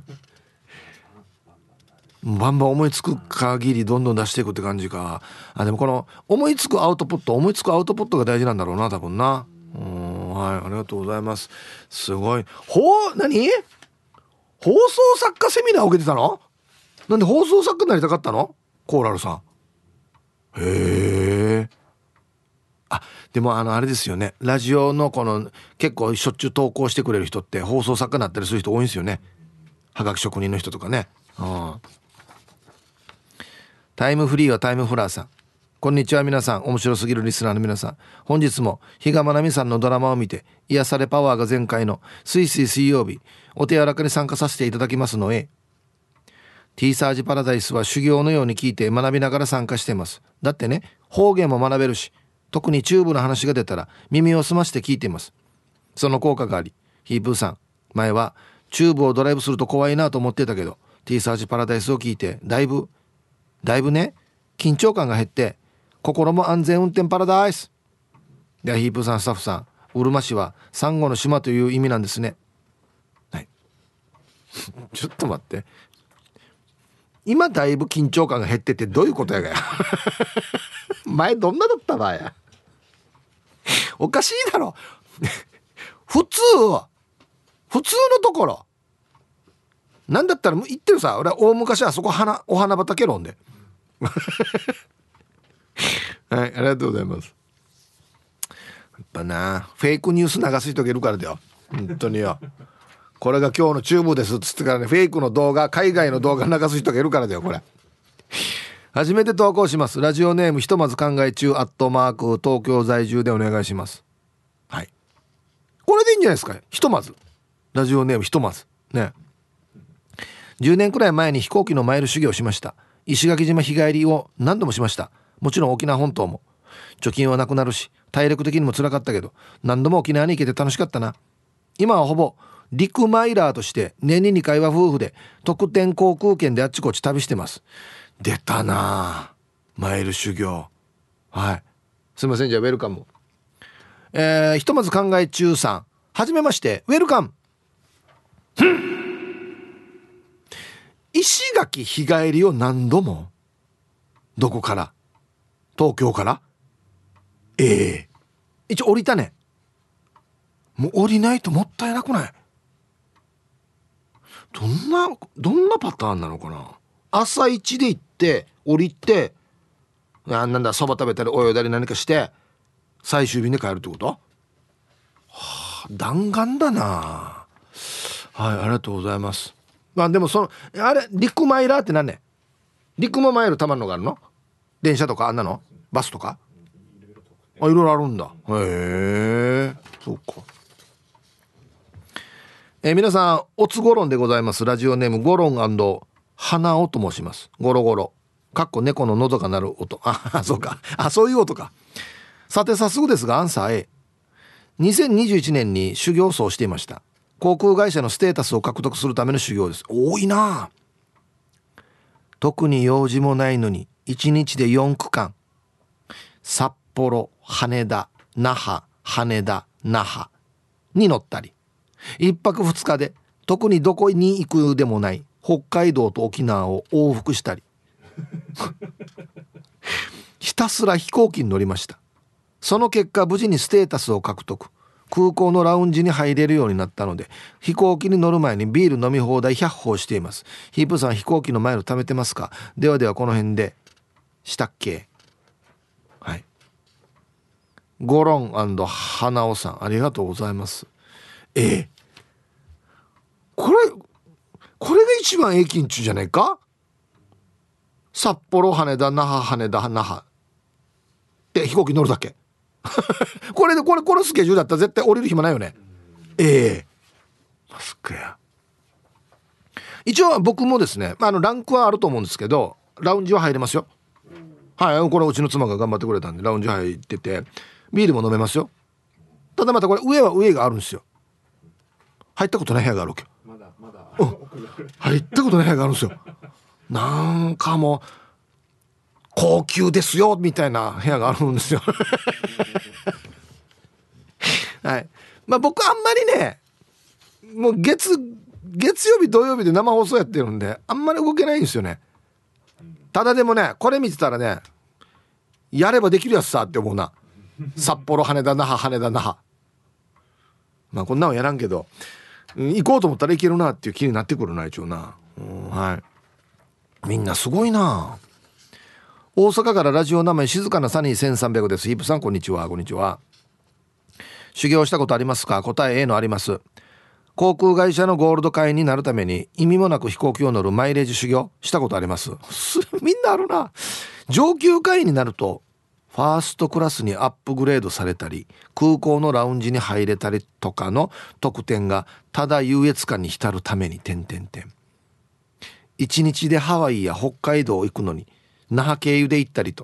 バンバン思いつく限りどんどん出していくって感じか。あ、でもこの思いつくアウトプット思いつくアウトプットが大事なんだろうな、多分な。うーん、はい、ありがとうございます。すごい。ほう、何放送作家セミナーを受けてたの？なんで放送作家になりたかったの？コーラルさん。へえ。あ、でもあのあれですよね、ラジオのこの結構しょっちゅう投稿してくれる人って放送作家になったりする人多いんですよね。はがき職人の人とかね。うん。タイムフリーはタイムフラーさん、こんにちは。皆さん、面白すぎるリスナーの皆さん、本日も比嘉愛未さんのドラマを見て癒されパワーが全開のスイスイ水曜日、お手柔らかに参加させていただきますのへ。 T サージパラダイスは修行のように聞いて学びながら参加しています。だってね、方言も学べるし、特にチューブの話が出たら耳を澄まして聞いています。その効果があり、ヒープーさん、前はチューブをドライブすると怖いなと思ってたけど T サージパラダイスを聞いてだいぶだいぶね、緊張感が減って心も安全運転パラダイスでは、ヒープーさん、スタッフさん、うるま市はサンゴの島という意味なんですね。はいちょっと待って、今だいぶ緊張感が減ってってどういうことやがや前どんなだったばやおかしいだろ普通普通のところなんだったら言ってるさ、俺は大昔あそこ花お花畑論ではい、ありがとうございます。やっぱなフェイクニュース流す人がいるからだよ本当によ。これが今日のチューブですっつってからね、フェイクの動画、海外の動画流す人がいるからだよこれ。初めて投稿します。ラジオネームひとまず考え中アットマーク東京在住でお願いします。はい、これでいいんじゃないですか。ひとまずラジオネームひとまずね。じゅうねんくらい前に飛行機のマイル修行しました。石垣島日帰りを何度もしました。もちろん沖縄本島も。貯金はなくなるし体力的にも辛かったけど何度も沖縄に行けて楽しかったな。今はほぼ陸マイラーとして年ににかいは夫婦で特典航空券であっちこっち旅してます。出たなマイル修行。はい、すいません。じゃあウェルカム。えー、ひとまず考え中さん、はじめまして、ウェルカム。石垣日帰りを何度も。どこから？東京から？ええー、一応降りたね。もう降りないともったいなくない？どんなどんなパターンなのかな。朝一で行って降りて、あ、なんだそば食べたり泳いだり何かして最終日に帰るってこと？はあ、弾丸だな。はい、ありがとうございます。まあでもそのあれ陸マイラーって何ね。陸もマイルたまんのがあるの？電車とかあんなの？バスとか？あ、いろいろあるんだ。へえ、そうか。えー、皆さんおつごろんでございます。ラジオネームゴロン&花尾と申します。ゴロゴロかっこ猫の喉が鳴る音。あ、そうか。あ、そういう音か。さて早速ですがアンサー A。 にせんにじゅういちねんに修行僧をしていました。航空会社のステータスを獲得するための修行です。多いな。特に用事もないのにいちにちでよんくかん、札幌、羽田、那覇、羽田、那覇に乗ったり、いっぱくふつかで特にどこに行くでもない北海道と沖縄を往復したりひたすら飛行機に乗りました。その結果無事にステータスを獲得、空港のラウンジに入れるようになったので、飛行機に乗る前にビール飲み放題ひゃっほうしています。ヒープさん飛行機のマイル貯めてますか？ではではこの辺でしたっけ。はい、ゴロン&花尾さんありがとうございます。ええ、これこれが一番平均値じゃないか。札幌羽田那覇羽田那覇で飛行機乗るだけこれでこれこのスケジュールだったら絶対降りる暇ないよね。ええー、マスクや。一応僕もですね、まあ、あのランクはあると思うんですけどラウンジは入れますよ。はい、これうちの妻が頑張ってくれたんでラウンジ入っててビールも飲めますよ。ただまたこれ上は上があるんですよ。入ったことない部屋があるわけ。まだまだ入ったことない部屋があるんですよ。なんかもう高級ですよみたいな部屋があるんですよはい、まあ僕あんまりねもう月月曜日土曜日で生放送やってるんであんまり動けないんですよね。ただでもねこれ見てたらねやればできるやつさって思うな。札幌羽田那覇羽田那覇、まあこんなのやらんけど、うん、行こうと思ったらいけるなっていう気になってくるな一応な、うん、はい、みんなすごいな。大阪からラジオ名前静かなサニーせんさんびゃくです。ヒープさんこんにちは。こんにちは。修行したことありますか？答え A のあります。航空会社のゴールド会員になるために意味もなく飛行機を乗るマイレージ修行したことあります。みんなあるな。上級会員になるとファーストクラスにアップグレードされたり空港のラウンジに入れたりとかの特典がただ優越感に浸るために点々点。一日でハワイや北海道行くのに那覇経由で行ったりと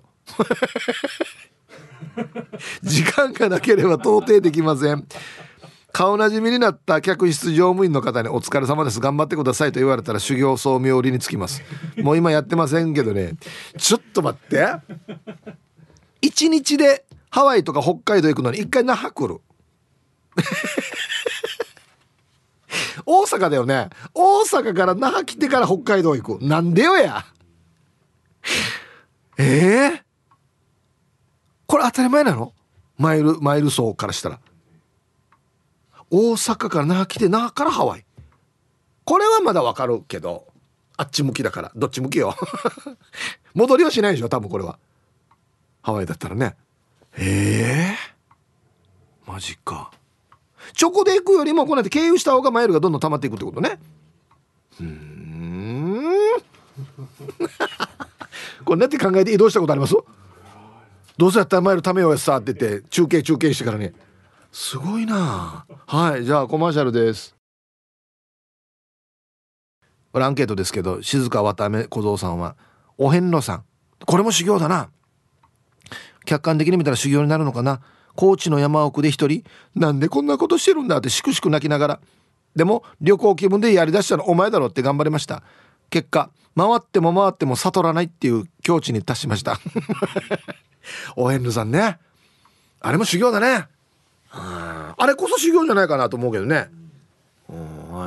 時間がなければ到底できません。顔なじみになった客室乗務員の方にお疲れ様です頑張ってくださいと言われたら修行僧冥利につきます。もう今やってませんけどね。ちょっと待って、一日でハワイとか北海道行くのに一回那覇来る大阪だよね。大阪から那覇来てから北海道行くなんでよやえー、これ当たり前なの？マイルマイル層からしたら大阪から那覇来て那覇からハワイ、これはまだわかるけど、あっち向きだから、どっち向きよ戻りはしないでしょ多分これは、ハワイだったらね。ええー、マジか。チョコで行くよりもこうやって経由した方がマイルがどんどん溜まっていくってことね。うーんこれなんて考えて移動したことあります？どうせやったらマイル貯めようやさって言って中継中継してからね。すごいな。はい、じゃあコマーシャルです。これアンケートですけど、静川渡辺小僧さんはお遍路さん、これも修行だな。客観的に見たら修行になるのかな。高知の山奥で一人、なんでこんなことしてるんだってしくしく泣きながら、でも旅行気分でやりだしたのお前だろって頑張りました。結果回っても回っても悟らないっていう境地に達しましたお遍路さんね、あれも修行だね。あれこそ修行じゃないかなと思うけどね。はい、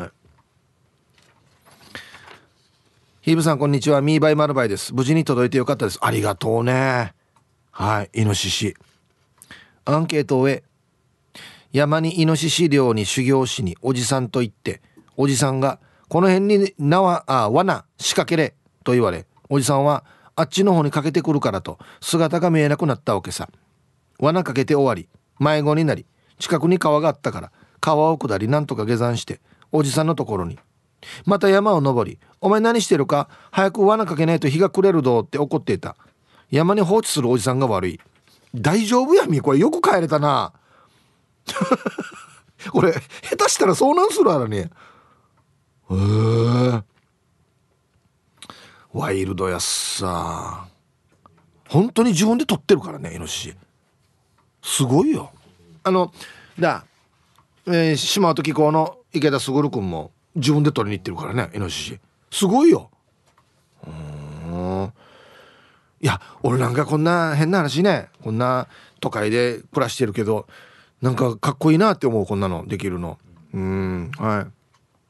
ヒーブさんこんにちは、ミーバイマルバイです。無事に届いてよかったです。ありがとうね。はい、イノシシアンケートを終え、山にイノシシ猟に修行しにおじさんと言って、おじさんがこの辺に縄あ罠仕掛けれと言われ、おじさんはあっちの方にかけてくるからと姿が見えなくなったわけさ。罠かけて終わり迷子になり、近くに川があったから川を下りなんとか下山しておじさんのところに、また山を登り、お前何してるか、早く罠かけないと日が暮れるどって怒っていた。山に放置するおじさんが悪い。大丈夫やみ、これよく帰れたなこれ下手したら遭難するあらね。へえ、ワイルドやっさ。本当に自分で撮ってるからね、イノシシすごいよ。あのだ、えー、島と気候の池田卓君も自分で撮りに行ってるからね、イノシシすごいよ。うーん、いや俺なんかこんな変な話ね、こんな都会で暮らしてるけどなんかかっこいいなって思う、こんなのできるの。うーん、はい。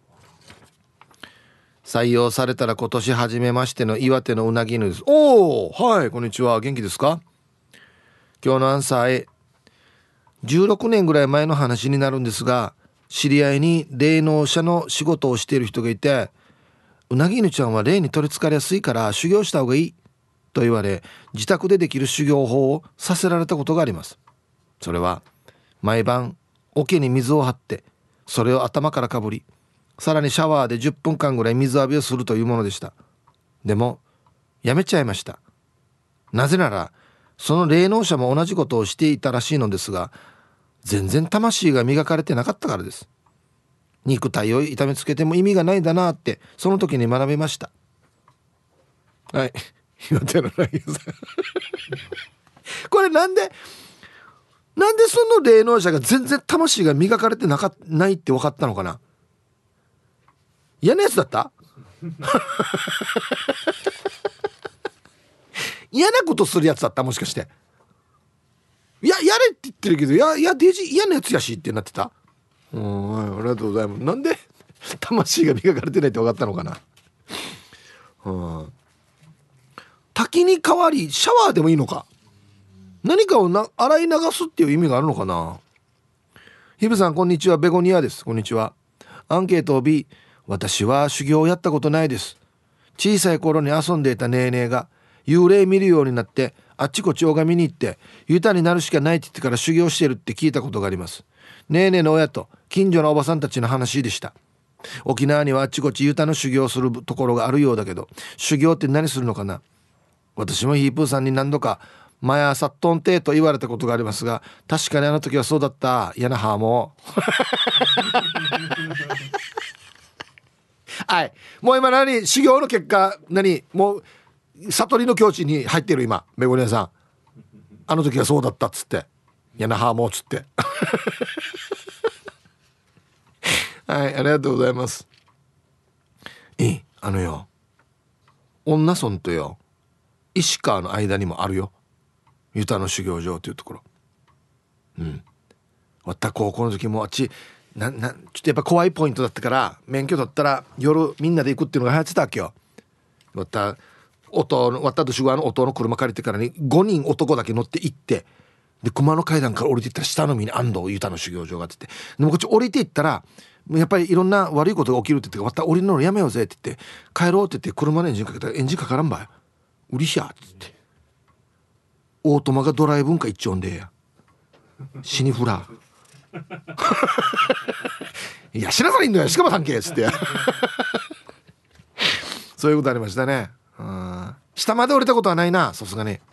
採用されたら今年初めましての岩手のうなぎ犬です。おー、はい、こんにちは、元気ですか？今日のアンサー A、 じゅうろくねんぐらい前の話になるんですが、知り合いに霊能者の仕事をしている人がいて、うなぎ犬ちゃんは霊に取りつかれやすいから修行した方がいいと言われ、自宅でできる修行法をさせられたことがあります。それは毎晩桶に水を張ってそれを頭からかぶり、さらにシャワーでじゅっぷんかんぐらい水浴びをするというものでした。でもやめちゃいました。なぜならその霊能者も同じことをしていたらしいのですが、全然魂が磨かれてなかったからです。肉体を痛めつけても意味がないんだなってその時に学びました。はい、岩手のライさんこれなんでなんでその霊能者が全然魂が磨かれてなかないって分かったのかな。嫌なやつだった嫌なことするやつだった、もしかして。いや、やれって言ってるけど、いやいやデジ嫌なやつやしってなってた。うん、はい、ありがとうございます。なんで魂が磨かれてないって分かったのかな。うん、滝に代わりシャワーでもいいのか、何かをな洗い流すっていう意味があるのかな。ヒブさんこんにちは、ベゴニアです。こんにちは。アンケートを B、 私は修行をやったことないです。小さい頃に遊んでいたネーネーが幽霊見るようになってあっちこっち拝みに行ってユタになるしかないって言ってから修行してるって聞いたことがあります。ネーネーの親と近所のおばさんたちの話でした。沖縄にはあっちこっちユタの修行するところがあるようだけど、修行って何するのかな。私もヒープーさんに何度か毎朝トンテーと言われたことがありますが、確かにあの時はそうだった。嫌なハーモはいもう今何修行の結果何もう悟りの境地に入ってる今メゴニアさん。あの時はそうだったっつって嫌なハーモっつってはいありがとうございます。いいあのよ、女村とよ石川の間にもあるよ、ユタの修行場というところ。うん、わった高校の時もあっちななちょっとやっぱ怖いポイントだったから免許取ったら夜みんなで行くっていうのが流行ってたわけよ。わった音のわったと修行の音の車借りてからにごにん男だけ乗って行ってで熊野階段から降りていったら下の海に安藤ユタの修行場があってて、でもこっち降りていったらやっぱりいろんな悪いことが起きるって言って、また降りるのやめようぜって言って帰ろうって言って車のエンジンかけたらエンジンかからんばい、うりしゃって言ってオートマがドライブンか一丁んでや死にフラいや知らさないんだよしかも探検っつってそういうことありましたね。うん、下まで降りたことはないな、さすがに。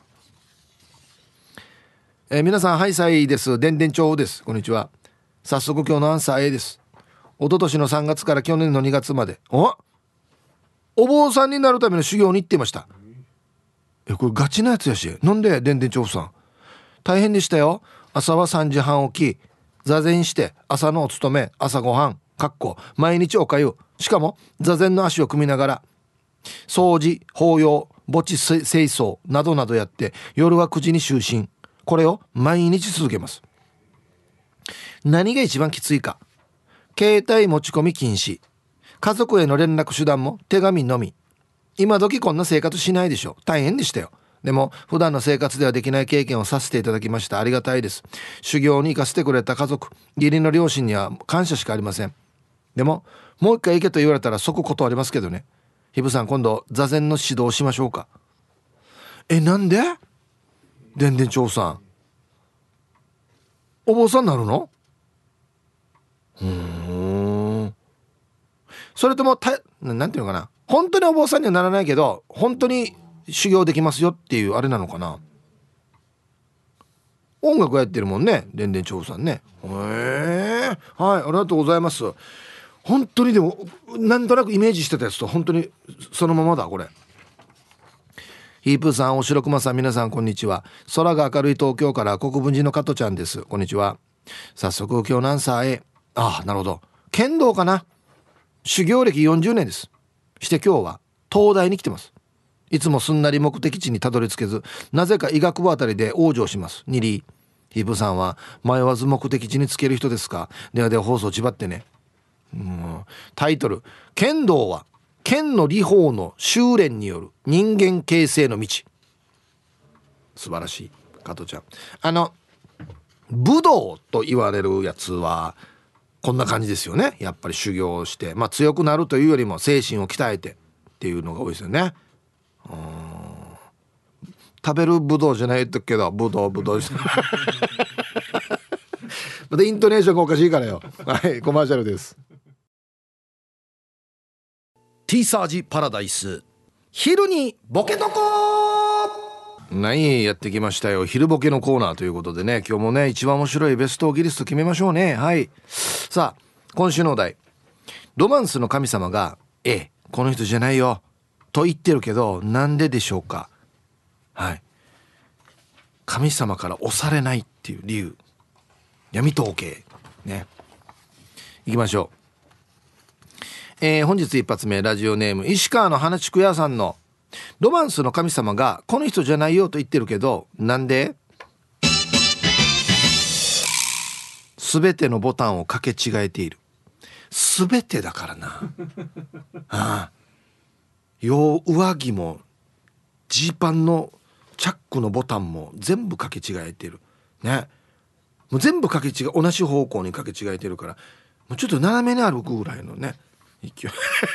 えー、皆さんハイサイです。でんでん町です。こんにちは。早速今日のアンサー A です。一昨年のさんがつから去年のにがつまでおお坊さんになるための修行に行ってました。えこれガチなやつやし、なんででんでん町さん大変でしたよ。朝はさんじはん起き座禅して朝のお勤め朝ごはんかっこ毎日おかゆ、しかも座禅の足を組みながら掃除法要墓地清掃などなどやって夜はくじに就寝、これを毎日続けます。何が一番きついか、携帯持ち込み禁止、家族への連絡手段も手紙のみ。今時こんな生活しないでしょ。大変でしたよ。でも普段の生活ではできない経験をさせていただきました。ありがたいです。修行に行かせてくれた家族義理の両親には感謝しかありません。でももう一回行けと言われたら即断りますけどね。ひぶさん今度座禅の指導しましょうか。えなんででんでん町さんお坊さんになるの？うーん、それともたなんていうのかな、本当にお坊さんにはならないけど本当に修行できますよっていうあれなのかな。音楽やってるもんね、でんでん町さんね。へえ、はい、ありがとうございます。本当にでもなんとなくイメージしてたやつと本当にそのままだこれ。ヒープーさん、おしろくまさん、皆さんこんにちは。空が明るい東京から国分寺の加トちゃんです。こんにちは。早速今日のアンサー A。 ああなるほど、剣道かな。修行歴よんじゅうねんです。して今日は東大に来てます。いつもすんなり目的地にたどり着けず、なぜか医学部あたりで往生します。にリー。ヒープさんは迷わず目的地につける人ですか？ではでは放送ちばってね。うん、タイトル、剣道は剣の理法の修練による人間形成の道。素晴らしい加藤ちゃん。あの武道と言われるやつはこんな感じですよね。やっぱり修行をして、まあ、強くなるというよりも精神を鍛えてっていうのが多いですよね。うーん、食べるブドウじゃないけどブドウブドウまたイントネーションがおかしいからよ。はい、コマーシャルです。ティーサージパラダイス、昼にボケとこないやってきましたよ。昼ボケのコーナーということでね、今日もね一番面白いベストギリスト決めましょうね。はい、さあ今週のお題、ロマンスの神様がえこの人じゃないよと言ってるけどなんででしょうか。はい、神様から押されないっていう理由、闇統計ね、いきましょう。えー、本日一発目、ラジオネーム石川の花竹屋さんの、ロマンスの神様がこの人じゃないよと言ってるけどなんで。すべてのボタンを掛け違えている。すべてだからなああ、よ上着もジーパンのチャックのボタンも全部掛け違えてるね。もう全部掛け違え、同じ方向に掛け違えてるから、もうちょっと斜めに歩くぐらいのね勢い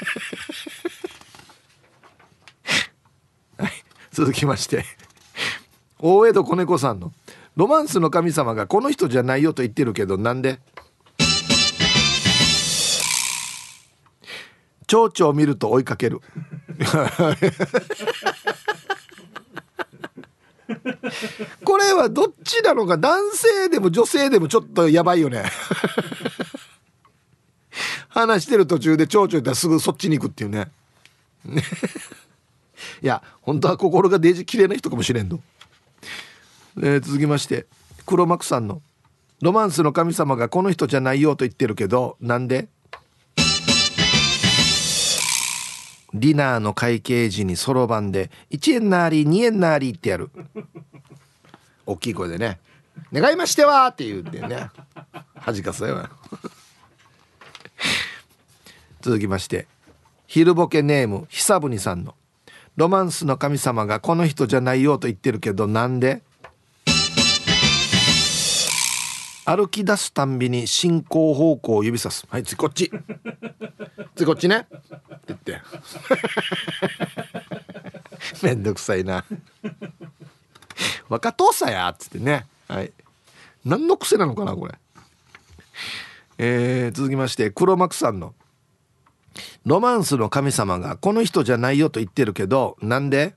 はい、続きまして大江戸子猫さんの、ロマンスの神様がこの人じゃないよと言ってるけどなんで。蝶々を見ると追いかけるこれはどっちなのか、男性でも女性でもちょっとやばいよね話してる途中で蝶々いったらすぐそっちに行くっていうねいや本当は心がデージ綺麗な人かもしれんの、えー、続きまして黒幕さんの、ロマンスの神様がこの人じゃないよと言ってるけどなんで。ディナーの会計時にそろばんでいちえんなーりにえんなーりってやる大きい声でね、願いましてはって言ってね恥かすよ続きまして昼ボケネーム久文さんの、ロマンスの神様がこの人じゃないよと言ってるけどなんで。 歩き出すたんびに進行方向を指さす。はい、次こっち次こっちねって言ってめんどくさいな若父さやっつってね。はい、何の癖なのかなこれ。えー、続きまして黒幕さんのロマンスの神様がこの人じゃないよと言ってるけどなんで？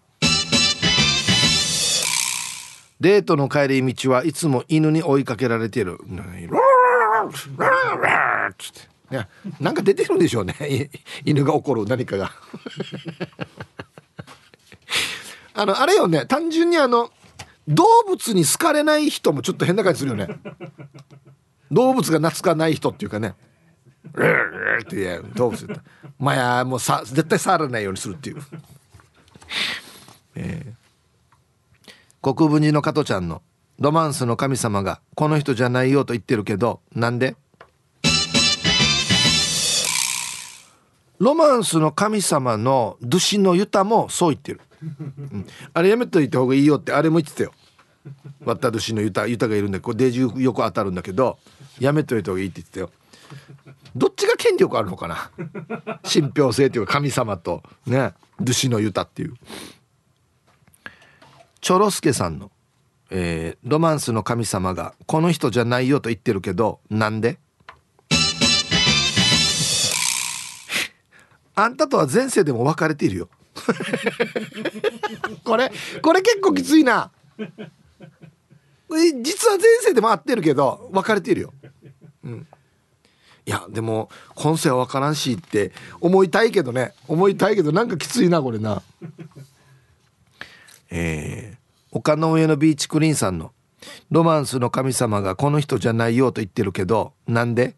デートの帰り道はいつも犬に追いかけられている。いや、なんか出てるんでしょうね犬が怒る何かがあのあれよね、単純にあの動物に好かれない人もちょっと変な感じするよね動物が懐かない人っていうかねっていう動物だったまあやもうさ絶対触らないようにするっていう、えー、国分寺の加トちゃんのロマンスの神様がこの人じゃないよと言ってるけどなんで？ロマンスの神様のドゥシのユタもそう言ってる、うん、あれやめといた方がいいよってあれも言ってたよ。ワッタドゥシのユタユタがいるんでこれデジュ横当たるんだけどやめといた方がいいって言ってたよ。どっちが権力あるのかな信憑性というか神様とねドゥシのユタっていう。チョロスケさんの、えー、ロマンスの神様がこの人じゃないよと言ってるけどなんで？あんたとは前世でも別れているよこれこれ結構きついな。実は前世でも会ってるけど別れているよ、うん、いやでも今世は分からんしって思いたいけどね思いたいけどなんかきついなこれなえー、丘の上のビーチクリーンさんのロマンスの神様がこの人じゃないよと言ってるけどなんで？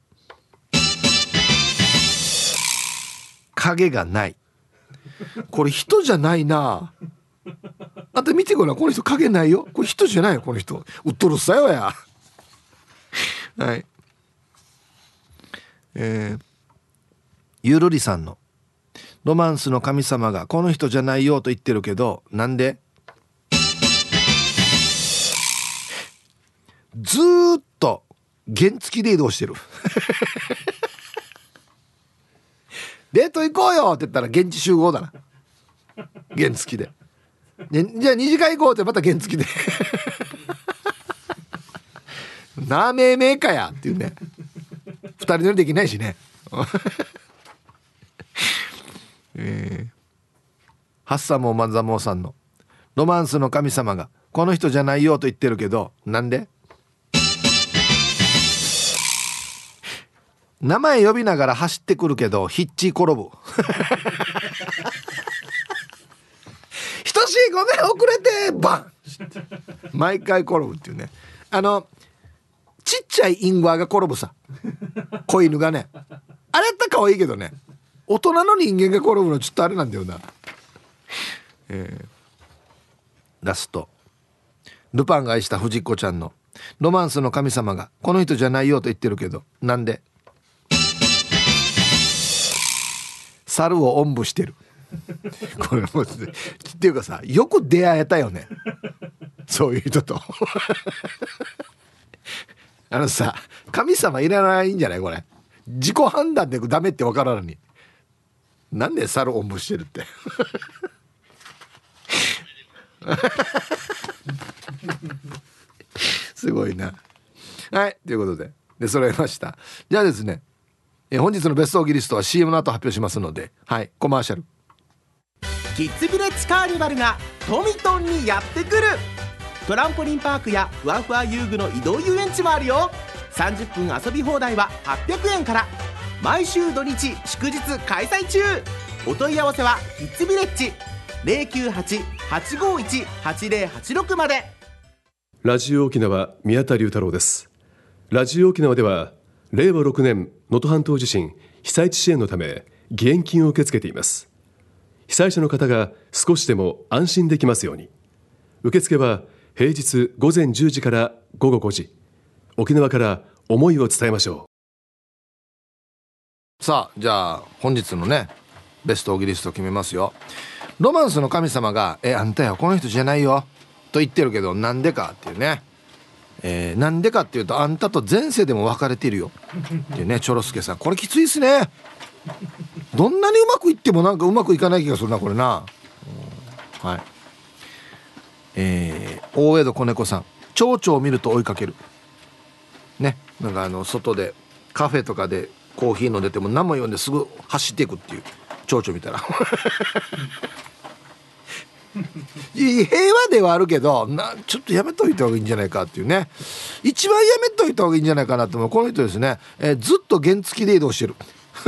影がない。これ人じゃないな。あんた見てごらんこの人影ないよ。これ人じゃないよこの人。うっとるっさよやはい、えー、ゆるりさんのロマンスの神様がこの人じゃないよと言ってるけどなんで？ずーっと原付で移動してるデート行こうよって言ったら現地集合だな原付で、ね、じゃあ二次会行こうってまた原付でなめめーかやっていうね二人乗りできないしねえー、ハッサモーマンザモーさんのロマンスの神様がこの人じゃないよと言ってるけどなんで？名前呼びながら走ってくるけどヒッチ転ぶひとしいごめん遅れてバン毎回転ぶっていうね。あのちっちゃいインゴアが転ぶさ子犬がねあれやったら可愛いけどね大人の人間が転ぶのちょっとあれなんだよな、えー、ラストルパンが愛した藤子ちゃんのロマンスの神様がこの人じゃないよと言ってるけどなんで？猿をおんぶしてるこれもっていうかさよく出会えたよねそういう人とあのさ神様いらないんじゃないこれ自己判断でダメって分からないのになんで猿をおんぶしてるってすごいな。はいということでで揃えました。じゃあですねえ本日のベストオギリストは シーエム の後発表しますので、はいコマーシャル。 キッズビレッジカーニバルがトミトンにやってくる。トランポリンパークやふわふわ遊具の移動遊園地もあるよ。さんじゅっぷん遊び放題ははっぴゃくえんから。毎週土日祝日開催中。お問い合わせはキッズビレッジ ゼロきゅうはち はちごいち はちゼロはちろく まで。 ラジオ沖縄宮田隆太郎です。ラジオ沖縄ではれいわろくねん能登半島地震被災地支援のため義援金を受け付けています。被災者の方が少しでも安心できますように。受付は平日ごぜんじゅうじからごごごじ。沖縄から思いを伝えましょう。さあじゃあ本日のねベストオギリスト決めますよ。ロマンスの神様がえあんたよこの人じゃないよと言ってるけどなんでかっていうね。 えー、なんでかっていうとあんたと前世でも別れているよっていうね。チョロスケさん、これきついですね。どんなにうまくいってもなんかうまくいかない気がするなこれな、うん、はい。えー、大江戸子猫さん、蝶々を見ると追いかけるね。なんかあの外でカフェとかでコーヒー飲んでても何も言わんですぐ走っていくっていう蝶々見たら平和ではあるけどな、ちょっとやめといた方がいいんじゃないかっていうね。一番やめといた方がいいんじゃないかなと思うこの人ですね、えー、ずっと原付で移動してる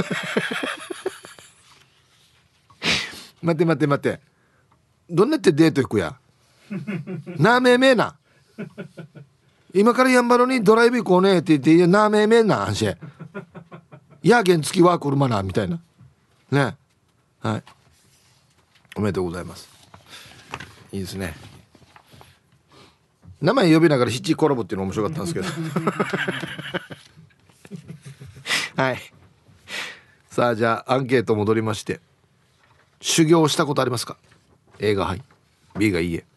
待て待て待て、どんなってデート行くやなあめめな、今からやんばるにドライブ行こうねって言って、なあめめな話や原付は車なみたいなね。はい、おめでとうございます。いいですね。名前呼びながら七転ぶっていうの面白かったんですけどはい。さあじゃあアンケート戻りまして、修行したことありますか？ A がはい、 B がいいえ。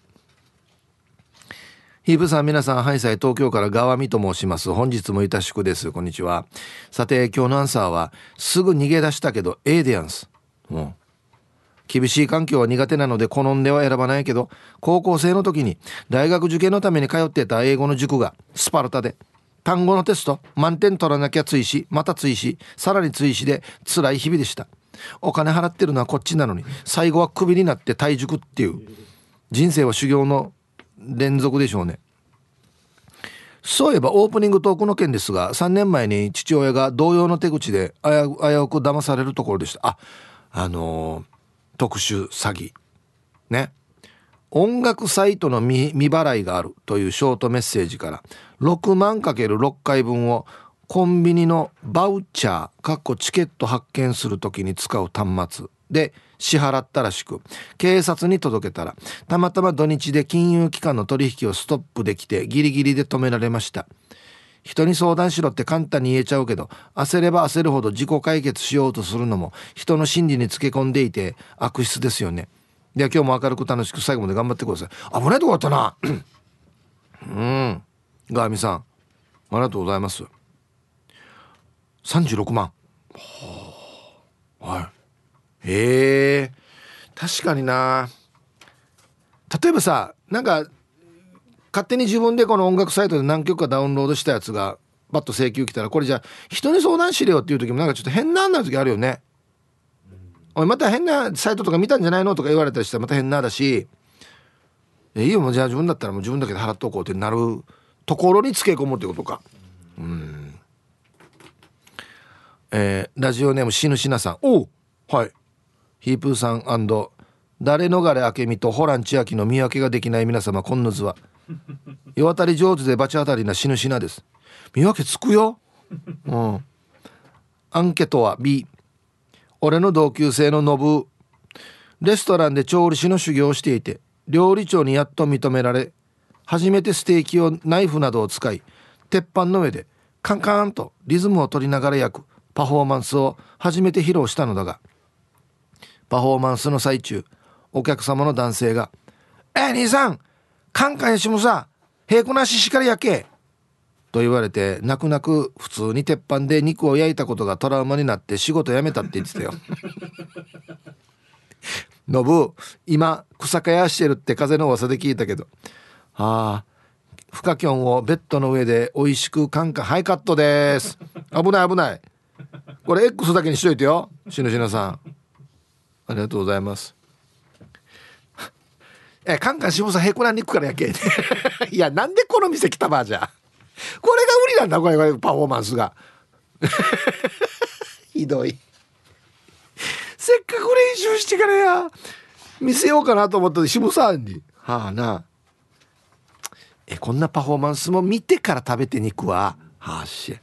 ヒープさん、皆さん、ハイサイ、東京から川見と申します。本日もいたしくです。こんにちは。さて今日のアンサーはすぐ逃げ出したけど A でやんす。うん、厳しい環境は苦手なので好んでは選ばないけど、高校生の時に大学受験のために通っていた英語の塾がスパルタで、単語のテスト満点取らなきゃ追試、また追試、さらに追試で辛い日々でした。お金払ってるのはこっちなのに最後はクビになって退塾っていう、人生は修行の連続でしょうね。そういえばオープニングトークの件ですが、さんねんまえに父親が同様の手口で危うく騙されるところでした。あ、あのー、特殊詐欺ね。音楽サイトの 未, 未払いがあるというショートメッセージからろくまん ×ろっ 回分をコンビニのバウチャーかっこチケット発券するときに使う端末で支払ったらしく、警察に届けたらたまたま土日で金融機関の取引をストップできてギリギリで止められました。人に相談しろって簡単に言えちゃうけど、焦れば焦るほど自己解決しようとするのも人の心理につけ込んでいて悪質ですよね。では今日も明るく楽しく最後まで頑張ってください。危ないとこだったなうんガーミさん、ありがとうございます。さんじゅうろくまん、はい、へえ、確かにな。例えばさ、なんか勝手に自分でこの音楽サイトで何曲かダウンロードしたやつがバッと請求来たら、これじゃあ人に相談しれよっていう時もなんかちょっと変なな時あるよね。おいまた変なサイトとか見たんじゃないのとか言われたりしたらまた変なだし、いいよもうじゃあ自分だったらもう自分だけで払っとこうってなるところにつけ込むってことか。うん、えー、ラジオネームしぬしなさん、おう、はい、ヒープーさん誰逃れ明美とホラン千秋の見分けができない皆様、こんぬずは世渡り上手でバチ当たりなしぬしなです。見分けつくよ、うん、アンケートは B。 俺の同級生のノブ、レストランで調理師の修行をしていて料理長にやっと認められ、初めてステーキをナイフなどを使い鉄板の上でカンカンとリズムを取りながら焼くパフォーマンスを初めて披露したのだが、パフォーマンスの最中お客様の男性が「え兄さんカンカンやしもさ平行なししっかり焼け」と言われて、泣く泣く普通に鉄板で肉を焼いたことがトラウマになって仕事辞めたって言ってたよノブ今草加屋してるって風の噂で聞いたけど、ああフカキョンをベッドの上で美味しくカンカン、ハイカットです。危ない危ない、これ X だけにしといてよ、しのしなさんありがとうございますえカンカンしもさ平行な肉から焼けいやなんでこの店来たばじゃ、これが売りなんだこれ、これパフォーマンスがひどい。せっかく練習してからや見せようかなと思った渋沢にはあな、えこんなパフォーマンスも見てから食べて肉ははあし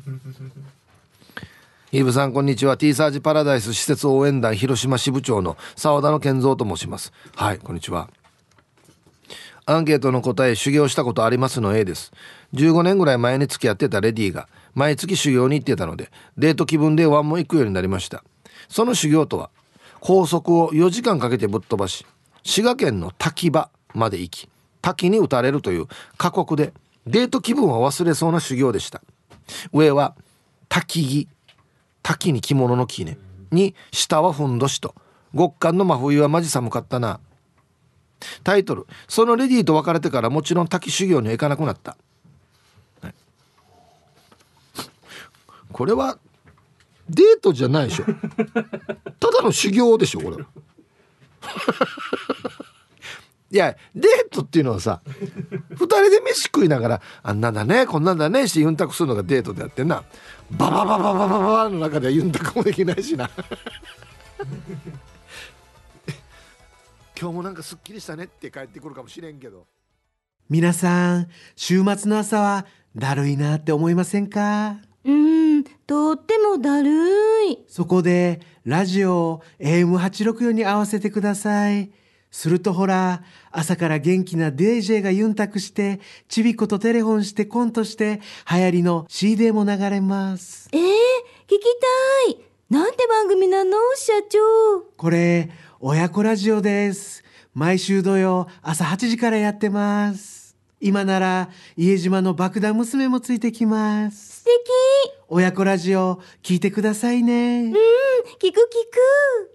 イーブさんこんにちは。 T サージパラダイス施設応援団広島支部長の澤田の健三と申します。はい、こんにちは。アンケートの答え、修行したことありますの A です。じゅうごねんぐらい前に付き合ってたレディーが毎月修行に行ってたのでデート気分でワンも行くようになりました。その修行とは高速をよじかんかけてぶっ飛ばし滋賀県の滝場まで行き滝に打たれるという過酷でデート気分は忘れそうな修行でした。上は滝木、滝に着物の木ねに、下はふんどしと、極寒の真冬はマジ寒かったな。タイトル、そのレディーと別れてからもちろん滝修行には行かなくなった、はい、これはデートじゃないでしょただの修行でしょこれいやデートっていうのはさふたりで飯食いながらあんなんだねこんなんだねしてユンタクするのがデートでやってんな。バババババババの中ではユンタクもできないしな今日もなんかすっきりしたねって帰ってくるかもしれんけど、 皆さん週末の朝はだるいなって思いませんか？ うーん、とってもだるい。 そこでラジオを エーエムはちじゅうろくよん に合わせてください。するとほら、朝から元気な ディージェー がユンタクして、ちびことテレフォンしてコントして、流行りの シーディー も流れます。 えー、聞きたい。なんて番組なの社長。 これ、親子ラジオです。毎週土曜朝はちじからやってます。今なら家島の爆弾娘もついてきます。 素敵。 親子ラジオ聞いてくださいね。 うん、聞く聞く。